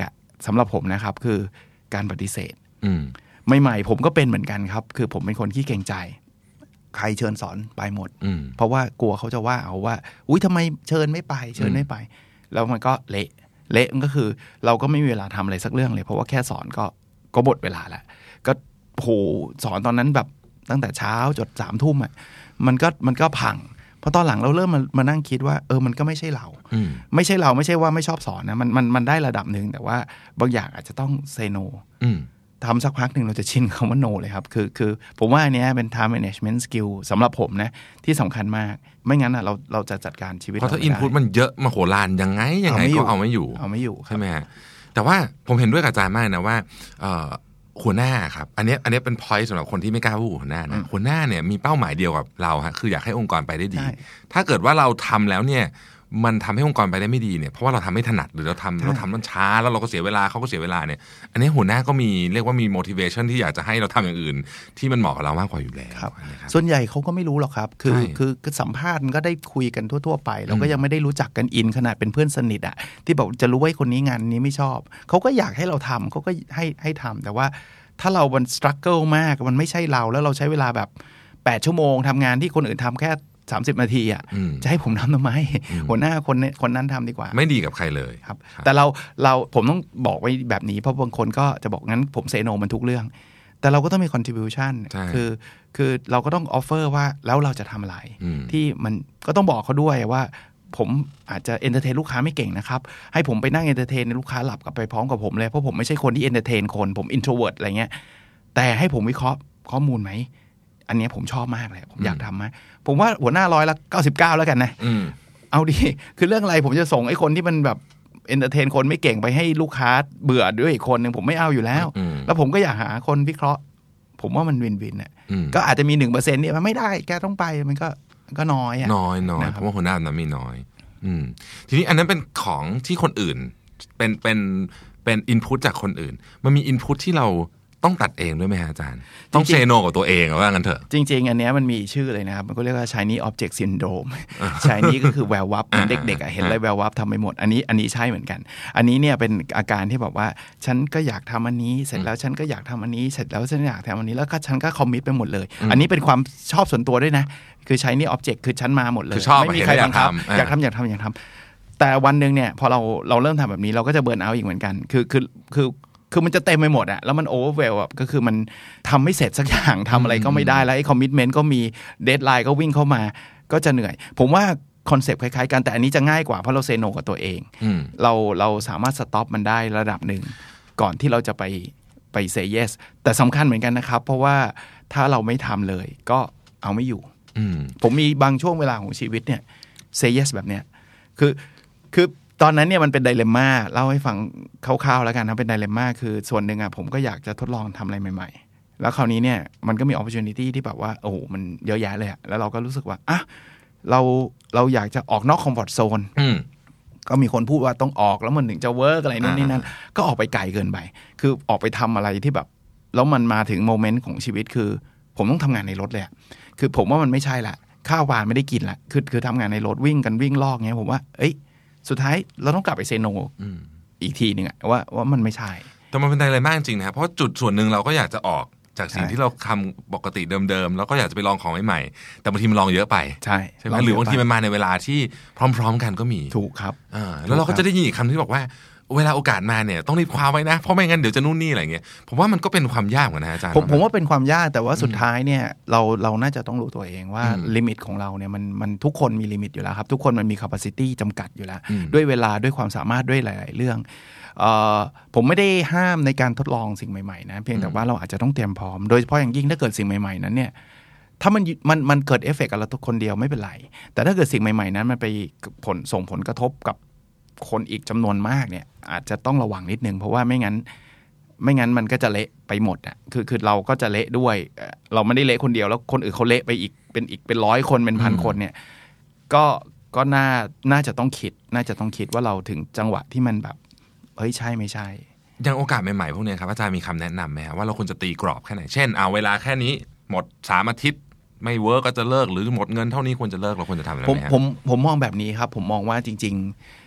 สำหรับผมนะครับคือการปฏิเสธใหม่ๆผมก็เป็นเหมือนกันครับคือผมเป็นคนขี้เกรงใจใครเชิญสอนไปหมดเพราะว่ากลัวเขาจะว่าเอาว่าอุ๊ยทำไมเชิญไม่ไปแล้วมันก็เละมันก็คือเราก็ไม่มีเวลาทำอะไรสักเรื่องเลยเพราะว่าแค่สอนก็หมดเวลาแล้วก็โหสอนตอนนั้นแบบตั้งแต่เช้าจน3 ทุ่มอ่ะมันก็พังเพราะตอนหลังเราเริ่มมานั่งคิดว่ามันก็ไม่ใช่เราไม่ใช่ว่าไม่ชอบสอนนะมันได้ระดับนึงแต่ว่าบางอย่างอาจจะต้องเซโนทำสักพักหนึ่งเราจะชินคำว่า no เลยครับคือผมว่าอันนี้เป็น time management skill สำหรับผมนะที่สำคัญมากไม่งั้นเราจะจัดการชีวิตเพราะถ้า input มันเยอะมโหฬารยังไงก็เอาไม่อยู่ใช่ไหมฮะแต่ว่าผมเห็นด้วยกับอาจารย์มากนะว่าหัวหน้าครับอันนี้เป็น point สำหรับคนที่ไม่กล้าพูดหัวหน้านะหัวหน้าเนี่ยมีเป้าหมายเดียวกับเราฮะคืออยากให้องค์กรไปได้ดีถ้าเกิดว่าเราทำแล้วเนี่ยมันทำให้องค์กรไปได้ไม่ดีเนี่ยเพราะว่าเราทำไม่ถนัดหรือเราทำมันช้าแล้วเราก็เสียเวลาเขาก็เสียเวลาเนี่ยอันนี้หัวหน้าก็มีเรียกว่ามี motivation ที่อยากจะให้เราทำอย่างอื่นที่มันเหมาะกับเรามากกว่าอยู่แล้วส่วนใหญ่เขาก็ไม่รู้หรอกครับคือสัมภาษณ์ก็ได้คุยกันทั่วๆไปเราก็ยังไม่ได้รู้จักกันอินขนาดเป็นเพื่อนสนิทอ่ะที่บอกจะรู้ว่าคนนี้งานนี้ไม่ชอบเขาก็อยากให้เราทำเขาก็ให้ทำแต่ว่าถ้าเรามัน struggle มากมันไม่ใช่เราแล้วเราใช้เวลาแบบ8 ชั่วโมงทำงานที่คนอื่นทำแค่30 นาทีอ่ะจะให้ผมทำไมหัวหน้าคนนั้นทำดีกว่าไม่ดีกับใครเลยครับแต่เราผมต้องบอกไว้แบบนี้เพราะบางคนก็จะบอกงั้นผมเซโนมันทุกเรื่องแต่เราก็ต้องมี contribution คือเราก็ต้อง offer ว่าแล้วเราจะทำอะไรที่มันก็ต้องบอกเขาด้วยว่าผมอาจจะเอนเตอร์เทนลูกค้าไม่เก่งนะครับให้ผมไปนั่งเอนเตอร์เทนลูกค้าหลับกับไปพร้อมกับผมเลยเพราะผมไม่ใช่คนที่เอนเตอร์เทนคนผม introvert อะไรเงี้ยแต่ให้ผมวิเคราะห์ข้อมูลไหมอันนี้ผมชอบมากเลยผมอยากทำมากผมว่าหัวหน้า199แล้วกันนะเอาดิคือเรื่องอะไรผมจะส่งไอ้คนที่มันแบบเอนเตอร์เทนคนไม่เก่งไปให้ลูกค้าเบื่อด้วยอีกคนนึงผมไม่เอาอยู่แล้วแล้วผมก็อยากหาคนวิเคราะห์ผมว่ามันวินๆเนี่ยก็อาจจะมี 1% เนี่ยมันไม่ได้แกต้องไปมันก็น้อยอ่ะน้อยเพราะว่าหัวหน้านั้นมีน้อยทีนี้อันนั้นเป็นของที่คนอื่นเป็นอินพุตจากคนอื่นมันมีอินพุตที่เราต้องตัดเองด้วยไหมฮะอาจารย์ต้องเซโนกับตัวเองว่างั้นเถอะจริงๆอันนี้มันมีชื่อเลยนะครับมันก็เรียกว่า shiny object syndrome shiny ก็คือแวววับเด็กๆเห็นอะไรแวววับทำไปหมดอันนี้ใช่เหมือนกันอันนี้เนี่ยเป็นอาการที่แบบว่าฉันก็อยากทำอันนี้เสร็จแล้วฉันก็อยากทำอันนี้เสร็จแล้วฉันอยากทำอันนี้แล้วก็ฉันก็คอมมิตไปหมดเลยอันนี้เป็นความชอบส่วนตัวด้วยนะคือ shiny object คือฉันมาหมดเลยไม่มีใครบังคับอยากทำแต่วันนึงเนี่ยพอเราเริ่มทำแบบนี้เราก็จะเบิร์นเอาท์อีกเหมือนกันคือมันจะเต็มไปหมดอะแล้วมันโอเวอร์เวลก็คือมันทำไม่เสร็จสักอย่างทำอะไรก็ไม่ได้แล้วไอ้คอมมิตเมนต์ก็มีเดดไลน์ก็วิ่งเข้ามาก็จะเหนื่อยผมว่าคอนเซปต์คล้ายๆกันแต่อันนี้จะง่ายกว่าเพราะเราเซโนกับตัวเองเราสามารถสต็อปมันได้ระดับหนึ่งก่อนที่เราจะไปเซย์เยสแต่สำคัญเหมือนกันนะครับเพราะว่าถ้าเราไม่ทำเลยก็เอาไม่อยู่ผมมีบางช่วงเวลาของชีวิตเนี่ยเซย์เยสแบบเนี้ยคือตอนนั้นเนี่ยมันเป็นไดเลมม่าเล่าให้ฟังคร่าวๆแล้วกันนะเป็นไดเลมม่าคือส่วนหนึ่งอ่ะผมก็อยากจะทดลองทำอะไรใหม่ๆแล้วคราวนี้เนี่ยมันก็มี opportunity ที่แบบว่าโอ้โหมันเยอะแยะเลยอ่ะแล้วเราก็รู้สึกว่าอ่ะเราอยากจะออกนอกคอมฟอร์ตโซนก็มีคนพูดว่าต้องออกแล้วมันถึงจะเวิร์กอะไรนู่นนี่นั่นก็ออกไปไกลเกินไปคือออกไปทำอะไรที่แบบแล้วมันมาถึงโมเมนต์ของชีวิตคือผมต้องทำงานในรถเลยคือผมว่ามันไม่ใช่ละข้าวหวานไม่ได้กินละคือทำงานในรถวิ่งลอกเงี้ยผมว่าสุดท้ายเราต้องกลับไปเซโนอีกทีนึงอะว่ามันไม่ใช่แต่มันเป็นอะไรมากจริงนะครับเพราะจุดส่วนหนึ่งเราก็อยากจะออกจากสิ่งที่เราทำปกติเดิมๆแล้วก็อยากจะไปลองของใหม่ๆแต่บางทีมันลองเยอะไปใช่ไหมหรือบางทีมันมาในเวลาที่พร้อมๆกันก็มีถูกครับแล้วเราก็จะได้ยินอีกคำที่บอกว่าเวลาโอกาสมาเนี่ยต้องรีบคว้าไว้นะเพราะไม่งั้นเดี๋ยวจะนู่นนี่อะไรเงี้ยผมว่ามันก็เป็นความยากเหมือนกันนะอาจารย์ผมว่าเป็นความยากแต่ว่าสุดท้ายเนี่ยเราน่าจะต้องรู้ตัวเองว่าลิมิตของเราเนี่ยมันทุกคนมีลิมิตอยู่แล้วครับทุกคนมันมี capacity จำกัดอยู่แล้วด้วยเวลาด้วยความสามารถด้วยหลายๆเรื่องผมไม่ได้ห้ามในการทดลองสิ่งใหม่ๆนะเพียงแต่ว่าเราอาจจะต้องเตรียมพร้อมโดยเฉพาะอย่างยิ่งถ้าเกิดสิ่งใหม่ๆนั้นเนี่ยถ้ามันเกิดเอฟเฟกต์กับเราทุกคนเดียวไม่เป็นไรแต่ถ้าเกิดสิ่งใหม่ๆนั้นมันไปส่งผลกระทบกับคนอีกจำนวนมากเนี่ยอาจจะต้องระวังนิดนึงเพราะว่าไม่งั้นมันก็จะเละไปหมดอ่ะคือเราก็จะเละด้วยเราไม่ได้เละคนเดียวแล้วคนอื่นเขาเละไปอีกเป็น100 คนเป็น1,000 คนเนี่ยก็น่าจะต้องคิดว่าเราถึงจังหวะที่มันแบบเฮ้ยใช่ไม่ใช่อย่างโอกาสใหม่ๆพวกนี้ครับอาจารย์มีคำแนะนำไหมครับว่าเราควรจะตีกรอบแค่ไหนเช่นเวลาแค่นี้หมด3 อาทิตย์ไม่เวิร์กก็จะเลิกหรือหมดเงินเท่านี้ควรจะเลิกเราควรจะทำอะไรไหมครับผมมองแบบนี้ครับผมมองว่าจริงๆ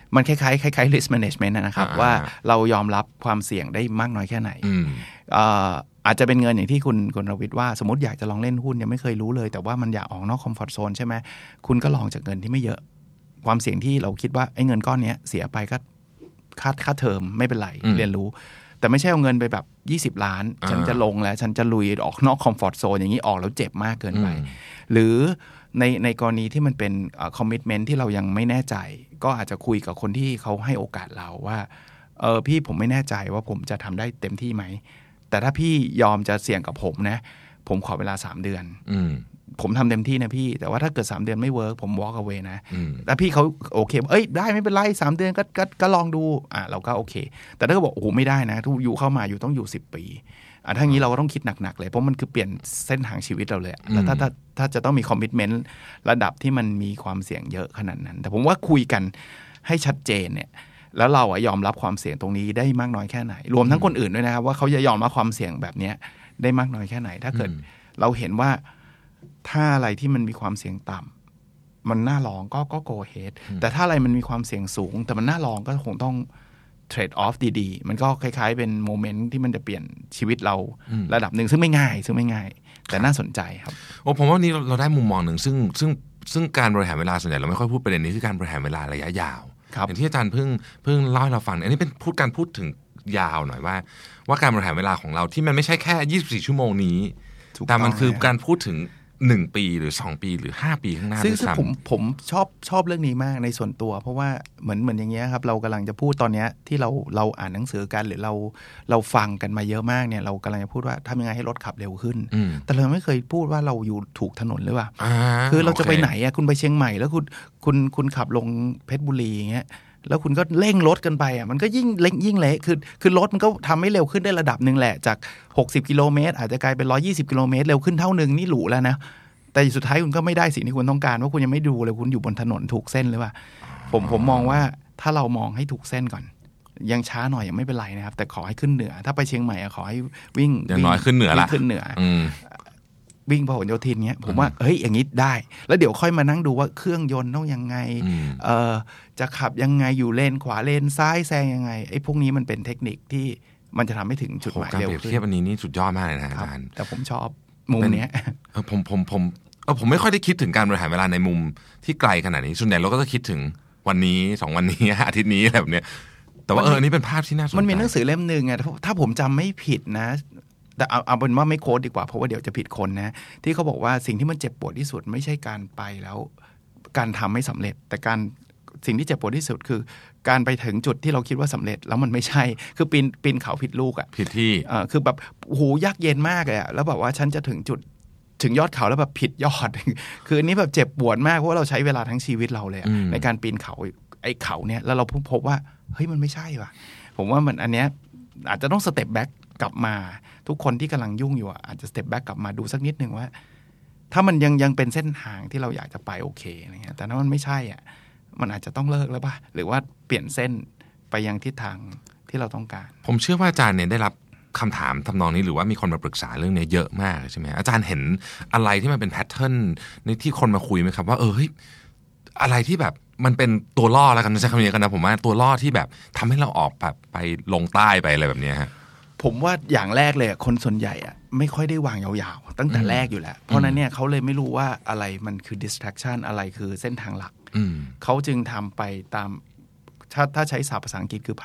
มันคล้ายๆ risk management นะครับว่าเรายอมรับความเสี่ยงได้มากน้อยแค่ไหนอาจจะเป็นเงินอย่างที่คุณรวิทย์ว่าสมมติอยากจะลองเล่นหุ้นยังไม่เคยรู้เลยแต่ว่ามันอยากออกนอกคอมฟอร์ทโซนใช่ไหมคุณก็ลองจากเงินที่ไม่เยอะความเสี่ยงที่เราคิดว่าไอ้เงินก้อนนี้เสียไปก็ค่าเทอมไม่เป็นไรเรียนรู้แต่ไม่ใช่เอาเงินไปแบบ20 ล้านฉันจะลงแล้วฉันจะลุยออกนอกคอมฟอร์ทโซนอย่างนี้ออกแล้วเจ็บมากเกินไปหรือในกรณีที่มันเป็นคอมมิตเมนต์ที่เรายังไม่แน่ใจก็อาจจะคุยกับคนที่เขาให้โอกาสเราว่าพี่ผมไม่แน่ใจว่าผมจะทำได้เต็มที่ไหมแต่ถ้าพี่ยอมจะเสี่ยงกับผมนะผมขอเวลา3 เดือนผมทำเต็มที่นะพี่แต่ว่าถ้าเกิด3 เดือนไม่เวิร์กผม walk away นะแต่พี่เขาโอเคได้ไม่เป็นไร3 เดือนก็ลองดูเราก็โอเคแต่ถ้าเขาบอกโอ้โหไม่ได้นะทุกอยู่เข้ามาอยู่ต้องอยู่10 ปีถ้างี้เราก็ต้องคิดหนักๆเลยเพราะมันคือเปลี่ยนเส้นทางชีวิตเราเลยแล้วถ้าจะต้องมีคอมมิตเมนต์ระดับที่มันมีความเสี่ยงเยอะขนาดนั้นแต่ผมว่าคุยกันให้ชัดเจนเนี่ยแล้วเรายอมรับความเสี่ยงตรงนี้ได้มากน้อยแค่ไหนรวมทั้งคนอื่นด้วยนะครับว่าเขาจะยอมรับความเสี่ยงแบบนี้ได้มากน้อยแค่ไหนถ้าเกิดเราเห็นว่าถ้าอะไรที่มันมีความเสี่ยงต่ำมันน่าลองก็ go ahead แต่ถ้าอะไรมันมีความเสี่ยงสูงแต่มันน่าลองก็คงต้องเทรดออฟดีๆมันก็คล้ายๆเป็นโมเมนต์ที่มันจะเปลี่ยนชีวิตเราระดับหนึ่งซึ่งไม่ง่ายแต่น่าสนใจครับผมว่านี้เราได้มุมมองหนึ่งซึ่งการบริหารเวลาส่วนใหญ่เราไม่ค่อยพูดประเด็นนี้คือการบริหารเวลาระยะยาวอย่างที่อาจารย์เพิ่งเล่าให้เราฟังอันนี้เป็นการพูดถึงยาวหน่อยว่าการบริหารเวลาของเราที่มันไม่ใช่แค่24 ชั่วโมงนี้แต่มันคือการพูดถึง1 ปีหรือ2 ปีหรือ5 ปีข้างหน้าด้วยซ้ำซึ่งผมชอบเรื่องนี้มากในส่วนตัวเพราะว่าเหมือนอย่างเงี้ยครับเรากำลังจะพูดตอนเนี้ยที่เราอ่านหนังสือกันหรือเราฟังกันมาเยอะมากเนี่ยเรากำลังจะพูดว่าทำยังไงให้รถขับเร็วขึ้นแต่เราไม่เคยพูดว่าเราอยู่ถูกถนนหรือเปล่าคือเราจะไปไหนคุณไปเชียงใหม่แล้วคุณขับลงเพชรบุรีอย่างเงี้ยแล้วคุณก็เร่งรถกันไปมันก็ยิ่งเละคือรถมันก็ทำให้เร็วขึ้นได้ระดับนึงแหละจาก60 กิโลเมตรอาจจะกลายเป็น120 กิโลเมตรเร็วขึ้นเท่านึงนี่หรูแล้วนะแต่สุดท้ายคุณก็ไม่ได้สิ่งที่คุณต้องการว่าคุณยังไม่ดูเลยคุณอยู่บนถนนถูกเส้นหรือเปล่าผมมองว่าถ้าเรามองให้ถูกเส้นก่อนยังช้าหน่อยยังไม่เป็นไรนะครับแต่ขอให้ขึ้นเหนือถ้าไปเชียงใหม่ขอให้วิ่งอย่างน้อยขึ้นเหนือละวิ่งพหลโยธินเงี้ยผมว่าอย่างนี้ได้แล้วเดี๋ยวค่อยมานั่งดูว่าเครื่องยนต์ต้องยังไงจะขับยังไงอยู่เลนขวาเลนซ้ายแซงยังไงไอ้พวกนี้มันเป็นเทคนิคที่มันจะทำให้ถึงจุดหมายเร็วขึ้นการเปรียบเทียบอันนี้นี่สุดยอดมากเลยนะอาจารย์แต่ผมชอบมุมนี้ผมไม่ค่อยได้คิดถึงการบริหารเวลาในมุมที่ไกลขนาดนี้ส่วนใหญ่เราก็จะคิดถึงวันนี้2 วันนี้อาทิตย์นี้อะไรแบบเนี้ยแต่ว่านี่เป็นภาพที่น่าสนใจมันมีหนังสือเล่มนึงถ้าผมจำไม่ผิดนะแต่เอาเป็นว่าไม่โค้ดดีกว่าเพราะว่าเดี๋ยวจะผิดคนนะที่เขาบอกว่าสิ่งที่มันเจ็บปวดที่สุดไม่ใช่การไปแล้วการทำไม่สำเร็จแต่สิ่งที่เจ็บปวดที่สุดคือการไปถึงจุดที่เราคิดว่าสำเร็จแล้วมันไม่ใช่คือปีนเขาผิดลูกผิดที่คือแบบโหยากเย็นมากเลยแล้วแบบว่าฉันจะถึงยอดเขาแล้วแบบผิดยอด คืออันนี้แบบเจ็บปวดมากเพราะว่าเราใช้เวลาทั้งชีวิตเราเลยในการปีนเขาไอ้เขาเนี่ยแล้วเราพบว่าเฮ้ยมันไม่ใช่ว่ะผมว่ามันอันเนี้ยอาจจะต้องสเต็ปแบ็กกลับมาทุกคนที่กำลังยุ่งอยู่อาจจะสเต็ปแบ็กกลับมาดูสักนิดนึงว่าถ้ามันยังเป็นเส้นทางที่เราอยากจะไปโอเคอะไรเงี้ยแต่ถ้ามันไม่ใช่มันอาจจะต้องเลิกแล้วป่ะหรือว่าเปลี่ยนเส้นไปยังทิศทางที่เราต้องการผมเชื่อว่าอาจารย์เนี่ยได้รับคำถามทำนองนี้หรือว่ามีคนมาปรึกษาเรื่องนี้เยอะมากใช่ไหมอาจารย์เห็นอะไรที่มันเป็นแพทเทิร์นในที่คนมาคุยไหมครับว่าเฮ้ยอะไรที่แบบมันเป็นตัวล่อแล้วกันใช้คำนี้กันนะผมว่าตัวล่อที่แบบทำให้เราออกแบบไปลงใต้ไปอะไรแบบนี้ฮะผมว่าอย่างแรกเลยคนส่วนใหญ่ไม่ค่อยได้วางยาวๆตั้งแต่แรกอยู่แล้วเพราะนั้นเนี่ยเขาเลยไม่รู้ว่าอะไรมันคือ distraction อะไรคือเส้นทางหลักเขาจึงทำไปตามถ้าใช้ศัพท์ภาษาอังกฤษคือ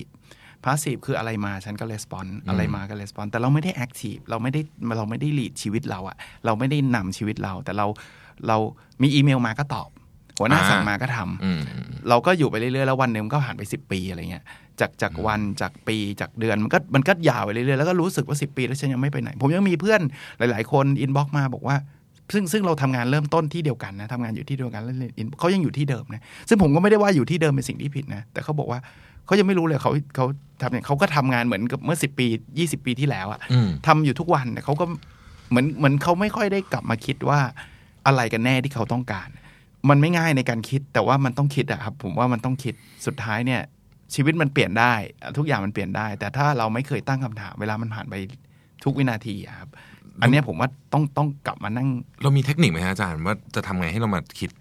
passive คืออะไรมาฉันก็ respond อะไรมาก็ respond แต่เราไม่ได้ active เราไม่ได้ lead ชีวิตเราเราไม่ได้นำชีวิตเราแต่เรามีอีเมลมาก็ตอบหัวหน้าสั่งมาก็ทำเราก็อยู่ไปเรื่อยๆแล้ววันนึงก็ผ่านไป10 ปีอะไรเงี้ยจากวันจากปีจากเดือนมันก็ยาวไปเรื่อยๆแล้วก็รู้สึกว่า10 ปีแล้วฉันยังไม่ไปไหนผมยังมีเพื่อนหลายๆคนอินบ็อกซ์มาบอกว่าซึ่งเราทำงานเริ่มต้นที่เดียวกันนะทำงานอยู่ที่เดียวกันแล้วเขายังอยู่ที่เดิมนะซึ่งผมก็ไม่ได้ว่าอยู่ที่เดิมเป็นสิ่งที่ผิดนะแต่เขาบอกว่าเขายังไม่รู้เลยเขาทำอย่างเขาก็ทำงานเหมือนกับเมื่อ10 ปี20 ปีที่แล้วทำอยู่ทุกวันเขาก็เหมือนเขาไม่ค่อยได้กลับมาคิดว่าอะไรกันแน่ที่เขาต้องการมันไม่ง่ายในการคิดแต่ว่ามันต้องคิดครับผมว่ามันต้องคิดสุดท้ายเนี่ยชีวิตมันเปลี่ยนได้ทุกอย่างมันเปลี่ยนได้แต่ถ้าเราไม่เคยตั้งคำถามเวลามันผ่านไปทุกวินาทีครับอันนี้ผมว่าต้องกลับมานั่งเรามีเทคนิคไหมฮะอาจารย์ว่าจะทำไงให้เรามาคิด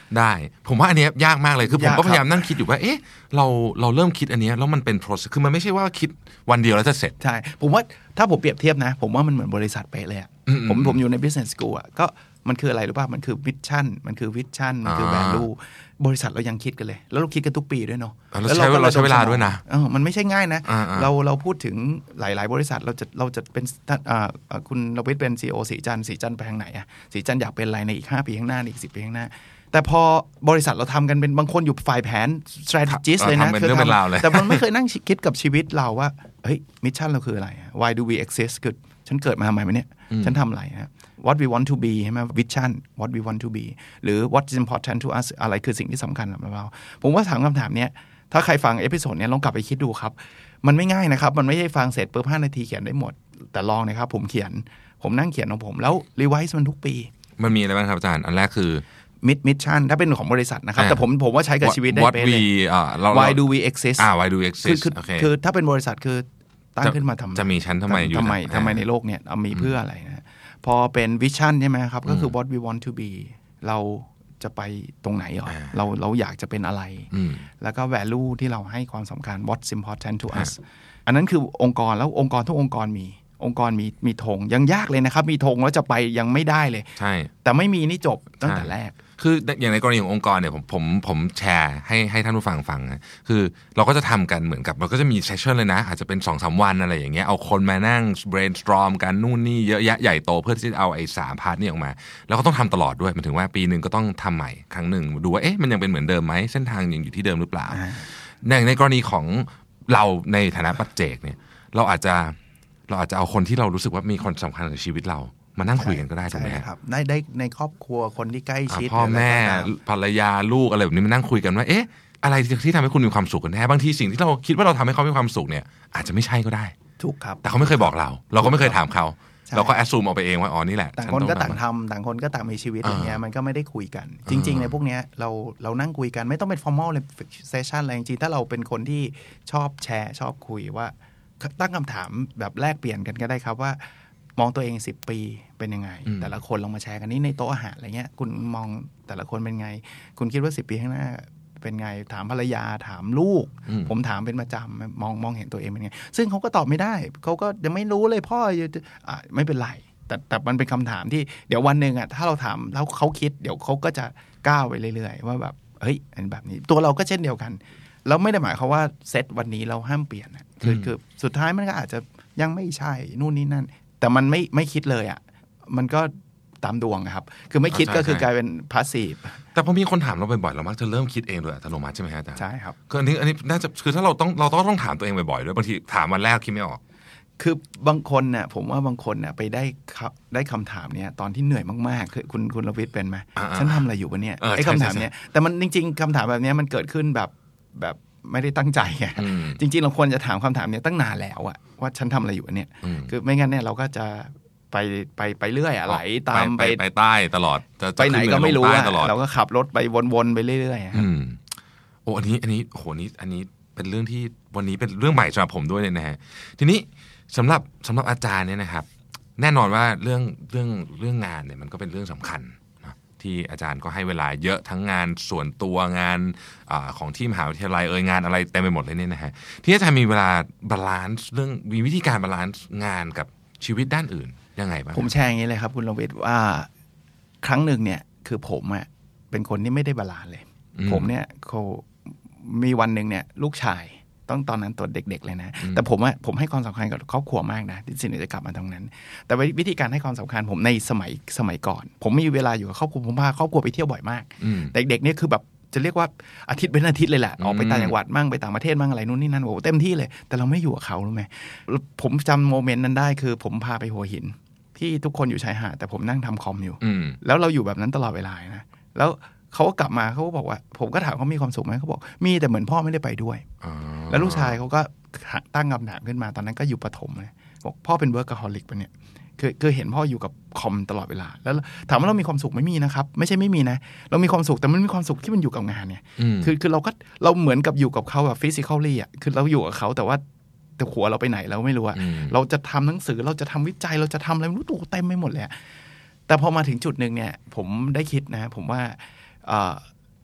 ได้ผมว่าอันนี้ยากมากเลยคือผมก็พยายามนั่งคิดอยู่ว่าเอ๊ะเราเริ่มคิดอันนี้แล้วมันเป็น process คือมันไม่ใช่ว่าคิดวันเดียวแล้วจะเสร็จใช่ผมว่าถ้าผมเปรียบเทียบนะผมว่ามันเหมือนบริษัทไปเลยอ่ะผมอยู่ใน business school อ่ะก็มันคืออะไรหรือเปล่ามันคือ vision มันคือ vision มันคือ value บริษัทเรายังคิดกันเลยแล้วเราคิดกันทุกปีด้วยเนาะแล้วเราใช้เวลาด้วยนะมันไม่ใช่ง่ายนะเราพูดถึงหลายๆบริษัทเราจะเป็นคุณรวิทย์เป็น CEO สีจันไปทางไหนอ่ะสีจันอยากเป็นอะไรในอีก5ปีข้างหน้าอีก10ปีข้างหน้าแต่พอบริษัทเราทำกันเป็นบางคนอยู่ฝ่ายแผน strategist เลยนะแต่มันไม่เคยนั่งคิดกับชีวิตเราว่าเฮ้ยมิชชั่นเราคืออะไร why do we exist คือฉันเกิดมาทำไมเนี่ยฉันทำอะไรนะ what we want to be ใช่ไหม vision what we want to be หรือ what is important to us อะไรคือสิ่งที่สำคัญสำหรับเราผมว่าถามคำถามนี้ถ้าใครฟังเอพิโซดนี้ลองกลับไปคิดดูครับมันไม่ง่ายนะครับมันไม่ใช่ฟังเสร็จปุ๊บ5 นาทีเขียนได้หมดแต่ลองนะครับผมนั่งเขียนของผมแล้ว revise มันทุกปีมันมีอะไรบ้างครับอาจารย์อันแรกคือมิชชั่นถ้าเป็นของบริษัทนะครับแต่ผมว่าใช้กับชีวิตได้เป็นเลย why do we exist why do we exist คือถ้าเป็นบริษัทคือตั้งขึ้นมาทำจะมีชั้นทำไมอยู่ทำไมในโลกเนี่ยมีเพื่ออะไรนะพอเป็นวิชั่นใช่ไหมครับก็คือ what we want to be เราจะไปตรงไหนหรอเราอยากจะเป็นอะไรแล้วก็ value ที่เราให้ความสำคัญ what's important to us อันนั้นคือองค์กรแล้วองค์กรทุกองค์กรมีธงยังยากเลยนะครับมีธงแล้วจะไปยังไม่ได้เลยใช่แต่ไม่มีนี่จบตั้งแต่แรกคืออย่างในกรณีขององค์กรเนี่ยผมแชร์ให้ท่านผู้ฟังฟังนะคือเราก็จะทำกันเหมือนกับเราก็จะมีเซสชั่นเลยนะอาจจะเป็น 2-3 วันอะไรอย่างเงี้ยเอาคนมานั่ง brainstorm กันนู่นนี่เยอะแยะใหญ่โตเพื่อที่จะเอาไอ้3พาร์ทนี้ออกมาแล้วก็ต้องทำตลอดด้วยหมายถึงว่าปีนึงก็ต้องทำใหม่ครั้งหนึ่งดูว่าเอ๊ะมันยังเป็นเหมือนเดิมไหมเส้นทางยังอยู่ที่เดิมหรือเปล่าในกรณีของเราในฐานะปัจเจกเนี่ยเราอาจจะเอาคนที่เรารู้สึกว่ามีคนสำคัญในชีวิตเรามานั่งคุยกันก็ได้ถูกไหมครับได้ในครอบครัวคนที่ใกล้ชิดพ่อแม่ภรรยาลูกอะไรแบบนี้มานั่งคุยกันว่าเอ๊ะอะไรที่ทำให้คุณมีความสุขกันแน่บางทีสิ่งที่เราคิดว่าเราทำให้เขามีความสุขเนี่ยอาจจะไม่ใช่ก็ได้ถูกครับแต่เขาไม่เคยบอกเราก็ไม่เคยถามเขาเราก็แอสซูมเอาไปเองว่าอ๋อนี่แหละต่างคนก็ต่างทำต่างคนก็ต่างมีชีวิตอย่างเงี้ยมันก็ไม่ได้คุยกันจริงๆในพวกเนี้ยเรานั่งคุยกันไม่ต้องเป็น formal session อะไรจริงๆถ้าเราเป็นคนที่ชอบแชร์ชอบคุยว่าตั้งคำถามแบบแลกเปลี่ยนกันก็ได้ครับว่ามองตัวเอง10 ปีเป็นยังไงแต่ละคนลองมาแชร์กันนี่ในโต๊ะอาหารอะไรเงี้ยคุณมองแต่ละคนเป็นไงคุณคิดว่า10 ปีข้างหน้าเป็นไงถามภรรยาถามลูกผมถามเป็นประจำมองเห็นตัวเองเป็นไงซึ่งเขาก็ตอบไม่ได้เขาก็ยังไม่รู้เลยพ่อไม่เป็นไรแต่มันเป็นคำถามที่เดี๋ยววันหนึ่งอ่ะถ้าเราถามแล้วเขาคิดเดี๋ยวเขาก็จะก้าวไปเรื่อยๆว่าแบบเฮ้ยอันแบบนี้ตัวเราก็เช่นเดียวกันแล้วไม่ได้หมายความว่าเซตวันนี้เราห้ามเปลี่ยนคือสุดท้ายมันก็อาจจะยังไม่ใช่นู่นนี่นั่นแต่มันไม่คิดเลยอ่ะมันก็ตามดวงครับคือไม่คิดก็คือกลายเป็นพาสซีฟแต่พอมีคนถามเราบ่อยๆเรามักจะเริ่มคิดเองโดยอัตโนมัติใช่ไหมฮะอาจารย์ใช่ครับคืออันนี้น่าจะคือถ้าเราต้องถามตัวเองบ่อยๆด้วยบางทีถามวันแรกคิดไม่ออกคือบางคนเนี่ยผมว่าบางคนเนี่ยไปได้คำถามเนี่ยตอนที่เหนื่อยมากๆคือคุณรวิทย์เป็นไหมฉันทำอะไรอยู่วะเนี่ยไอ้คำถามเนี่ยแต่มันจริงๆคำถามแบบนี้มันเกิดขึ้นแบบไม่ได้ตั้งใจไงจริงๆเราควรจะถามคำถามนี้ตั้งนานแล้วอะว่าฉันทำอะไรอยู่เนี่ยคือไม่งั้นเนี่ยเราก็จะไปเรื่อยไหลตามไปใต้ตลอดไปไหนก็ไม่รู้เราก็ขับรถไปวนๆไปเรื่อยๆโอ้อันนี้โหอันนี้เป็นเรื่องที่วันนี้เป็นเรื่องใหม่สำหรับผมด้วยเนี่ยนะฮะทีนี้สำหรับอาจารย์เนี่ยนะครับแน่นอนว่าเรื่องงานเนี่ยมันก็เป็นเรื่องสำคัญที่อาจารย์ก็ให้เวลาเยอะทั้งงานส่วนตัวงานของที่มหาวิทยาลัยงานอะไรเต็มไปหมดเลยเนี่ยนะฮะที่อาจารย์มีเวลาบาลานซ์เรื่องมีวิธีการบาลานซ์งานกับชีวิตด้านอื่นยังไงบ้างผมแชร์อย่างนี้เลยครับคุณรวิทย์ว่าครั้งหนึ่งเนี่ยคือผมอ่ะเป็นคนที่ไม่ได้บาลานซ์เลยผมเนี่ยเขามีวันหนึ่งเนี่ยลูกชายตอนนั้นตัวเด็กๆเลยนะแต่ผมให้ความสำคัญกับครอบครัวมากนะที่สิ่งที่จะกลับมาตรงนั้นแต่วิธีการให้ความสำคัญผมในสมัยก่อนผมไม่มีเวลาอยู่กับครอบครัวผมพาครอบครัวไปเที่ยวบ่อยมากเด็กๆเนี่ยคือแบบจะเรียกว่าอาทิตย์เป็นอาทิตย์เลยแหละออกไปต่างจังหวัดมั่งไปต่างประเทศมั่งอะไรนู่นนี่นั่นโอ้เต็มที่เลยแต่เราไม่อยู่กับเขารู้ไหมผมจำโมเมนต์นั้นได้คือผมพาไปหัวหินที่ทุกคนอยู่ชายหาดแต่ผมนั่งทำคอมอยู่แล้วเราอยู่แบบนั้นตลอดเวลานะแล้วเขาก็กลับมาเขาก็บอกว่าผมก็ถามเขามีความสุขไหมเขาบอกมีแต่เหมือนพ่อไม่ได้ไปด้วยแล้วลูกชายเขาก็ตั้งคำถามขึ้นมาตอนนั้นก็อยู่ประถมเลยบอกพ่อเป็นเวิร์กฮอลิกปะเนี่ยคือเห็นพ่ออยู่กับคอมตลอดเวลาแล้วถามว่าเรามีความสุขไม่มีนะครับไม่ใช่ไม่มีนะเรามีความสุขแต่มันมีความสุขที่มันอยู่กับงานเนี่ยคือเราเหมือนกับอยู่กับเขาแบบฟิสิคอลลี่อ่ะคือเราอยู่กับเขาแต่หัวเราไปไหนเราไม่รู้อะเราจะทำหนังสือเราจะทำวิจัยเราจะทำอะไรไม่รู้ตัวเต็มไปหมดเลยแต่พอมาถึงจุดนึงเนี่ยผมได้คิดนะผมว่า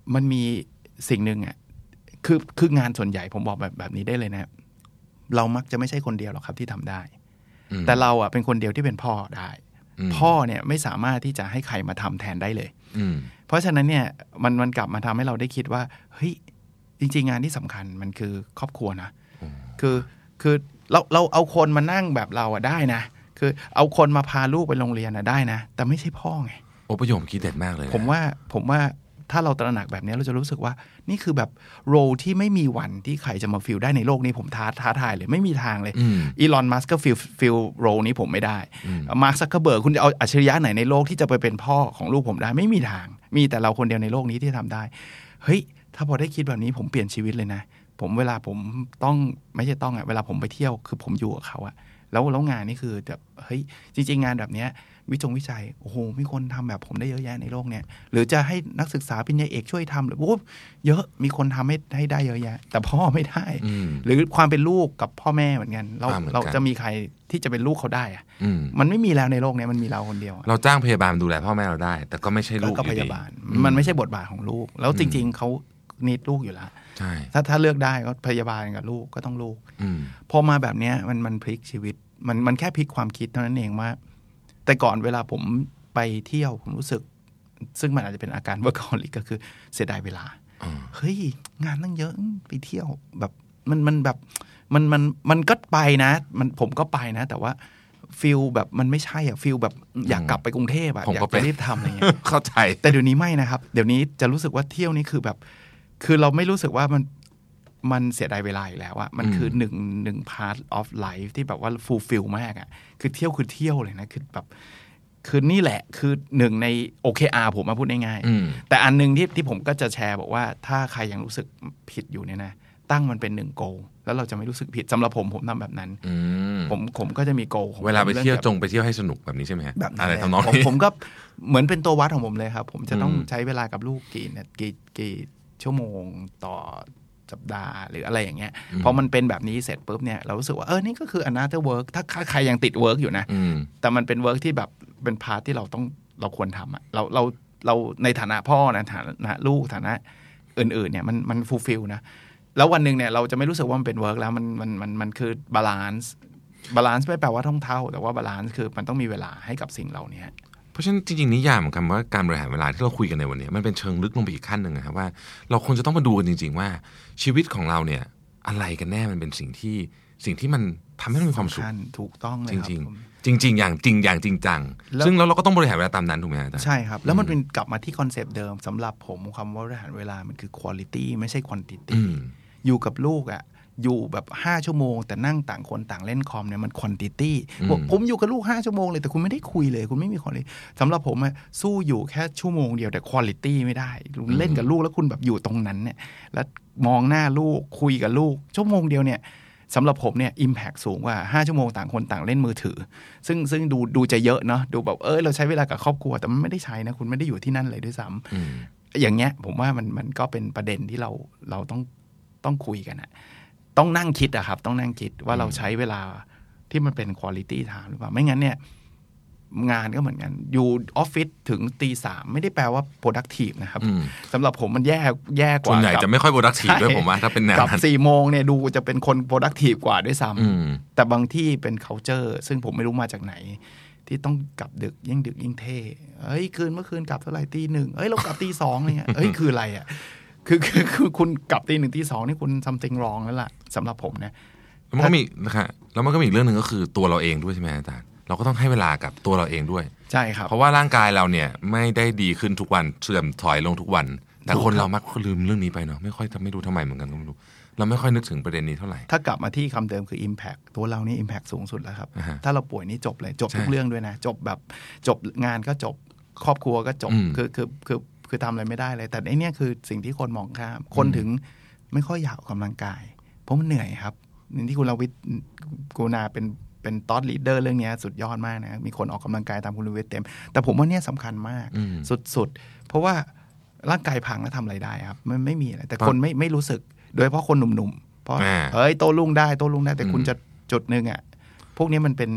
มันมีสิ่งหนึ่งอ่ะคืองานส่วนใหญ่ผมบอกแบบนี้ได้เลยนะเรามักจะไม่ใช่คนเดียวหรอกครับที่ทำได้แต่เราอ่ะเป็นคนเดียวที่เป็นพ่อได้พ่อเนี่ยไม่สามารถที่จะให้ใครมาทำแทนได้เลยเพราะฉะนั้นเนี่ยมันกลับมาทำให้เราได้คิดว่าเฮ้ยจริงๆงานที่สำคัญมันคือครอบครัวนะคือเราเอาคนมานั่งแบบเราอะได้นะคือเอาคนมาพาลูกไปโรงเรียนอะได้นะแต่ไม่ใช่พ่อไงโอ้ประโยคคิดเด็ดมากเลยผมว่าถ้าเราตระหนักแบบนี้เราจะรู้สึกว่านี่คือแบบโรลที่ไม่มีวันที่ใครจะมาฟิลได้ในโลกนี้ผมท้าทายเลยไม่มีทางเลยอีลอนมัสก์ก็ฟิลโรลนี้ผมไม่ได้มาร์ค ซักเคอร์เบิร์กคุณจะเอาอัจฉริยะไหนในโลกที่จะไปเป็นพ่อของลูกผมได้ไม่มีทางมีแต่เราคนเดียวในโลกนี้ที่ทำได้เฮ้ยถ้าพอได้คิดแบบนี้ผมเปลี่ยนชีวิตเลยนะผมเวลาผมต้องไม่ใช่ต้องอ่ะเวลาผมไปเที่ยวคือผมอยู่กับเขาอะแล้วงานนี่คือแบบเฮ้ยจริงๆงานแบบเนี้ยวิจัยโอ้โหมีคนทำแบบผมได้เยอะแยะในโลกเนี้ยหรือจะให้นักศึกษาปริญญาเอกช่วยทำหรือโอ้เยอะมีคนทำให้ได้เยอะแยะแต่พ่อไม่ได้หรือความเป็นลูกกับพ่อแม่เหมือนกันเราจะมีใครที่จะเป็นลูกเขาได้อะมันไม่มีแล้วในโลกนี้มันมีเราคนเดียวเราจ้างพยาบาลดูแลพ่อแม่เราได้แต่ก็ไม่ใช่ลูกก็พยาบาลมันไม่ใช่บทบาทของลูกแล้วจริงๆเขานิดลูกอยู่แล้วใช่ถ้าเลือกได้ก็พยาบาลกับลูกก็ต้องลูกพอมาแบบนี้มันพลิกชีวิตมันแค่พลิกความคิดเท่านั้นเองว่าแต่ก่อนเวลาผมไปเที่ยวผมรู้สึกซึ่งมันอาจจะเป็นอาการworkaholicก็คือเสียดายเวลาเฮ้ยงานตั้งเยอะไปเที่ยวแบบมันแบบมันก็ไปนะผมก็ไปนะแต่ว่าฟีลแบบมันไม่ใช่อ่ะฟีลแบบอยากกลับไปกรุงเทพอ่ะอยากไปรีบทำอะไรเงี้ยเข้าใจแต่เดี๋ยวนี้ไม่นะครับเดี๋ยวนี้จะรู้สึกว่าเที่ยวนี่คือแบบคือเราไม่รู้สึกว่ามันเสียดายเวลาอีกแล้วอะมันคือหนึ่ง part of life ที่แบบว่า fulfill มากอะคือเที่ยวเลยนะคือแบบคือนี่แหละคือหนึ่งใน OKR ผมมาพูดง่ายๆแต่อันนึงที่ผมก็จะแชร์บอกว่าถ้าใครยังรู้สึกผิดอยู่เนี่ยนะตั้งมันเป็น1 goal แล้วเราจะไม่รู้สึกผิดสำหรับผมทำแบบนั้นผมก็จะมี goal ของเวลาไปเที่ยวไปเที่ยวให้สนุกแบบนี้ใช่ไหมแบบอะไรทำนองนี้ผมก็เหมือนเป็นตัววัดของผมเลยครับผมจะต้องใช้เวลากับลูกกี่ชั่วโมงต่อสัปดาห์หรืออะไรอย่างเงี้ยพอมันเป็นแบบนี้เสร็จปุ๊บเนี่ยเรารู้สึกว่านี่ก็คือ another work ถ้าใครยังติด work อยู่นะแต่มันเป็น work ที่แบบเป็นพาร์ทที่เราควรทำอ่ะเราในฐานะพ่อนะฐานะลูกฐานะอื่นๆเนี่ยมัน fulfill นะแล้ววันหนึ่งเนี่ยเราจะไม่รู้สึกว่ามันเป็น work แล้วมันคือ balance ไม่แปลว่าท่องเท่าแต่ว่า balance คือมันต้องมีเวลาให้กับสิ่งเหล่านี้เพราะฉะนั้นจริงๆนิยามของคำว่าการบริหารเวลาที่เราคุยกันในวันนี้มันเป็นเชิงลึกลงไปอีกขั้นหนึ่งนะครับว่าเราควรจะต้องมาดูกันจริงๆว่าชีวิตของเราเนี่ยอะไรกันแน่มันเป็นสิ่งที่มันทำให้เรามีความสุขถูกต้องเลยครับจริงอย่างจริงจังซึ่งเราก็ต้องบริหารเวลาตามนั้นถูกไหมใช่ครับแล้วมันเป็นกลับมาที่คอนเซปต์เดิมสำหรับผมคำว่าบริหารเวลามันคือ quality ไม่ใช่ quantity อยู่กับลูกอะอยู่แบบ5ชั่วโมงแต่นั่งต่างคนต่างเล่นคอมเนี่ยมันควอนติตี้ผมอยู่กับลูก5ชั่วโมงเลยแต่คุณไม่ได้คุยเลยคุณไม่มีควอลิตี้สำหรับผมอะสู้อยู่แค่ชั่วโมงเดียวแต่ควอลิตี้ไม่ได้คุณเล่นกับลูกแล้วคุณแบบอยู่ตรงนั้นเนี่ยแล้วมองหน้าลูกคุยกับลูกชั่วโมงเดียวเนี่ยสำหรับผมเนี่ย impact สูงกว่า5ชั่วโมงต่างคนต่างเล่นมือถือซึ่งดูจะเยอะเนาะดูแบบเราใช้เวลากับครอบครัวแต่มันไม่ได้ใช้นะคุณไม่ได้อยู่ที่นั่นเลยด้วยซ้ำอย่างเงี้ยผมว่ามันก็เป็นประเด็นที่เราต้องคุยกันอะต้องนั่งคิดอะครับต้องนั่งคิดว่าเราใช้เวลาที่มันเป็น quality time หรือเปล่าไม่งั้นเนี่ยงานก็เหมือนกันอยู่ออฟฟิศถึง 3:00 ไม่ได้แปลว่า productive นะครับสำหรับผมมันแย่กว่าส่วนใหญ่จะไม่ค่อย productive ด้วยผมว่าถ้าเป็นแนวกับ 4 โมงเนี่ยดูจะเป็นคน productive กว่าด้วยซ้ำแต่บางที่เป็น culture ซึ่งผมไม่รู้มาจากไหนที่ต้องกลับดึกยิ่งดึกยิ่งเท่เมื่อคืนกลับเท่าไหร่ 1:00 เรากลับ 2:00อะไรเงี้ยคืออะไรอะคือคุณกลับ 1:00 ตี 2:00นี่คุณ something wrong แล้วล่ะสำหรับผมนะแล้วมันก็มีนะครับแล้วมันก็มีอีกเรื่องนึงก็คือตัวเราเองด้วยใช่ไหมอาจารย์เราก็ต้องให้เวลากับตัวเราเองด้วยใช่ครับเพราะว่าร่างกายเราเนี่ยไม่ได้ดีขึ้นทุกวันเสื่อมถอยลงทุกวันแต่คนเรามักลืมเรื่องนี้ไปเนาะไม่ค่อยไม่รู้ทำไมเหมือนกันก็ไม่รู้เราไม่ค่อยนึกถึงประเด็นนี้เท่าไหร่ถ้ากลับมาที่คำเดิมคือ impact ตัวเรานี่ impact สูงสุดแล้วครับถ้าเราป่วยนี่จบเลยจบทุกเรื่องด้วยนะจบงานก็จบครอบครัวก็จบคือทำอะไรไม่ได้เลยแต่ไอ้นี่คือสิ่งที่คนมองข้ามคนถึงไม่ค่อยอยากออกกำลังกายเพราะมันเหนื่อยครับที่คุณลวิทย์กูนาเป็นท็อปลีดเดอร์เรื่องนี้สุดยอดมากนะมีคนออกกำลังกายตามคุณลวิทย์เต็มแต่ผมว่าเนี่ยสำคัญมากสุดๆเพราะว่าร่างกายพังแล้วทำอะไรได้ครับมันไม่มีอะไรแต่คนไม่รู้สึกโดยเฉพาะคนหนุ่มๆเพราะโตรุ่งได้แต่คุณจะจุดนึงอ่ะพวกนี้มันเป็น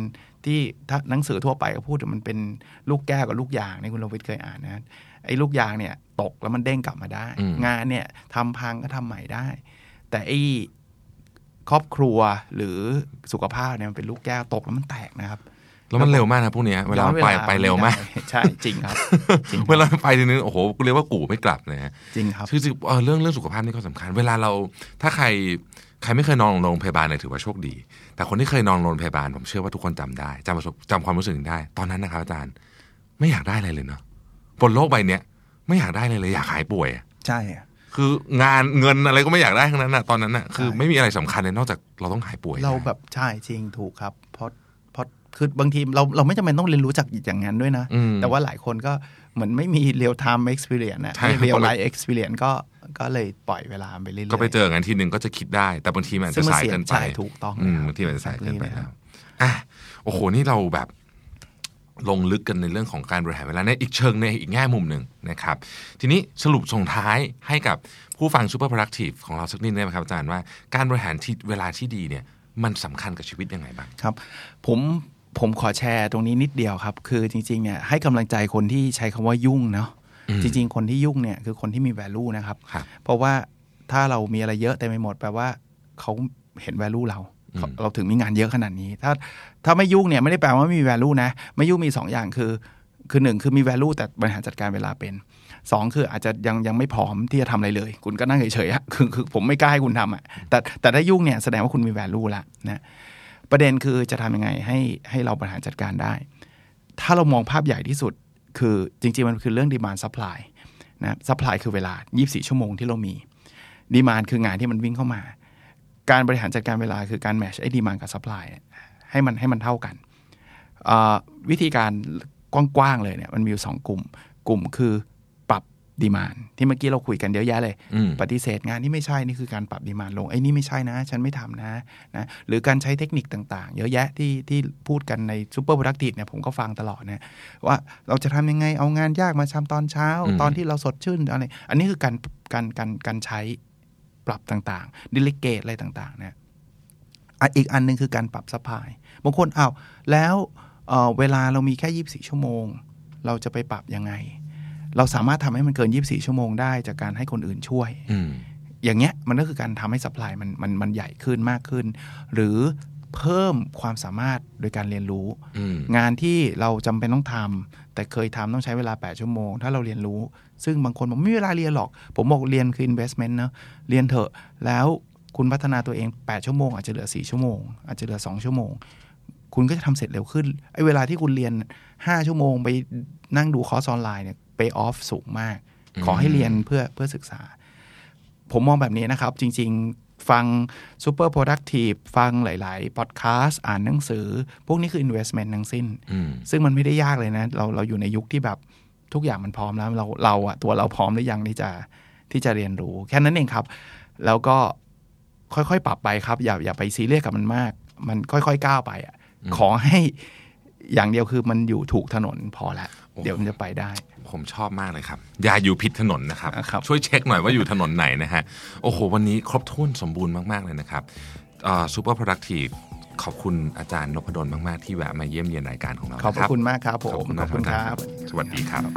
ที่ถ้าหนังสือทั่วไปก็พูดถึงมันเป็นลูกแก้วกับลูกยางนี่คุณรวิทย์เคยอ่านนะไอ้ลูกยางเนี่ยตกแล้วมันเด้งกลับมาได้งานเนี่ยทำพังก็ทำใหม่ได้แต่ไอ้ครอบครัวหรือสุขภาพเนี่ยมันเป็นลูกแก้วตกแล้วมันแตกนะครับแล้วมันเร็วมากนะพวกนี้เวลาไปเร็วมากใช่จริงครับเวลาไปทีนึงโอ้โหกูเรียกว่ากูไม่กลับเลยจริงครับคือเรื่องสุขภาพนี่ก็สำคัญเวลาเราถ้าใครไม่เคยนอนโรงพยาบาลเนี่ยถือว่าโชคดีแต่คนที่เคยนอนโรงพยาบาลผมเชื่อว่าทุกคนจำได้จำความรู้สึกได้ตอนนั้นนะครับอาจารย์ไม่อยากได้อะไรเลยเนาะบนโลกใบนี้ไม่อยากได้เลยอยากหายป่วยใช่คืองานเงินอะไรก็ไม่อยากได้ทั้งนั้นน่ะตอนนั้นน่ะคือไม่มีอะไรสำคัญเลยนอกจากเราต้องหายป่วยเราแบบใช่จริงถูกครับเพราะคือบางทีเราไม่จำเป็นต้องเรียนรู้จากอย่างนั้นด้วยนะแต่ว่าหลายคนก็เหมือนไม่มี real time experience นะ real life experience ก็เลยปล่อยเวลาไปเรื่อยๆก็ไปเจอกันทีนึงก็จะคิดได้แต่บางทีมันจะสายเกินไปถูกต้องบางทีมันจะสายเกินไปแล้วโอ้โหนี่เราแบบลงลึกกันในเรื่องของการบริหารเวลาในอีกเชิงในอีกแง่มุมหนึ่งนะครับทีนี้สรุปส่งท้ายให้กับผู้ฟัง Super Productive ของเราสักนิดได้ไหมครับอาจารย์ว่าการบริหารเวลาที่ดีเนี่ยมันสำคัญกับชีวิตยังไงบ้างครับผมขอแชร์ตรงนี้นิดเดียวครับคือจริงๆเนี่ยให้กำลังใจคนที่ใช้คำว่ายุ่งเนาะจริงๆคนที่ยุ่งเนี่ยคือคนที่มี value นะครับเพราะว่าถ้าเรามีอะไรเยอะเต็มไปหมดแปลว่าเขาเห็น value เราถึงมีงานเยอะขนาดนี้ถ้าไม่ยุ่งเนี่ยไม่ได้แปลว่าไม่มี value นะไม่ยุ่งมี2อย่างคือ1คือมี value แต่บริหารจัดการเวลาเป็น2คืออาจจะยังไม่พร้อมที่จะทำอะไรเลยคุณก็นั่งเฉยๆคือผมไม่กล้าให้คุณทำแต่ถ้ายุ่งเนี่ยแสดงว่าคุณมี value ละนะประเด็นคือจะทำยังไงให้เราบริหารจัดการได้ถ้าเรามองภาพใหญ่ที่สุดคือจริงๆมันคือเรื่อง demand supply นะ supply คือเวลา24ชั่วโมงที่เรามี demand คืองานที่มันวิ่งเข้ามาการบริหารจัดการเวลาคือการ match ไอ้ demand กับ supply ให้มันเท่ากันวิธีการกว้างๆเลยเนี่ยมันมีอยู่2กลุ่มคือปรับ demand ที่เมื่อกี้เราคุยกันเยอะแยะเลยปฏิเสธงานที่ไม่ใช่นี่คือการปรับ demand ลงไอ้นี่ไม่ใช่นะฉันไม่ทำนะหรือการใช้เทคนิคต่างๆเยอะแยะที่พูดกันใน Super Productive เนี่ยผมก็ฟังตลอดนะว่าเราจะทำยังไงเอางานยากมาทำตอนเช้าตอนที่เราสดชื่นอะไรอันนี้คือการใช้ปรับต่างๆ delegate อะไรต่างๆเนี่ยอีกอันนึงคือการปรับ supply บางคนแล้วเวลาเรามีแค่24ชั่วโมงเราจะไปปรับยังไงเราสามารถทำให้มันเกิน24ชั่วโมงได้จากการให้คนอื่นช่วยอย่างเงี้ยมันก็คือการทำให้ supply มันใหญ่ขึ้นมากขึ้นหรือเพิ่มความสามารถโดยการเรียนรู้งานที่เราจำเป็นต้องทำแต่เคยทำต้องใช้เวลา8ชั่วโมงถ้าเราเรียนรู้ซึ่งบางคนบอกไม่มีเวลาเรียนหรอกผมบอกเรียนคือ investment เนอะเรียนเถอะแล้วคุณพัฒนาตัวเอง8ชั่วโมงอาจจะเหลือ4ชั่วโมงอาจจะเหลือ2ชั่วโมงคุณก็จะทำเสร็จเร็วขึ้นไอ้เวลาที่คุณเรียน5ชั่วโมงไปนั่งดูคอร์สออนไลน์เนี่ย pay off สูงมากขอให้เรียนเพื่อศึกษาผมมองแบบนี้นะครับจริงๆฟัง Super Productive ฟังหลายๆ podcast อ่านหนังสือพวกนี้คือ investment ทั้งสิ้นซึ่งมันไม่ได้ยากเลยนะเราอยู่ในยุคที่แบบทุกอย่างมันพร้อมแล้วเราตัวเราพร้อมหรือยังที่จะเรียนรู้แค่นั้นเองครับแล้วก็ค่อยๆปรับไปครับอย่าไปซีเรียสกับมันมากมันค่อยๆก้าวไปขอให้อย่างเดียวคือมันอยู่ถูกถนนพอแล้วเดี๋ยวมันจะไปได้ผมชอบมากเลยครับอย่าอยู่ผิดถนนนะครับช่วยเช็คหน่อยว่าอยู่ถนนไหนนะฮะโอ้โหวันนี้ครบถ้วนสมบูรณ์มากๆเลยนะครับSuper Productive ขอบคุณอาจารย์นพดลมากๆที่แวะมาเยี่ยมเยียนรายการของเราขอบคุณมากครับผมขอบคุณครับสวัสดีครับ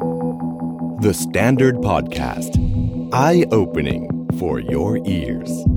The Standard Podcast Eye Opening for your ears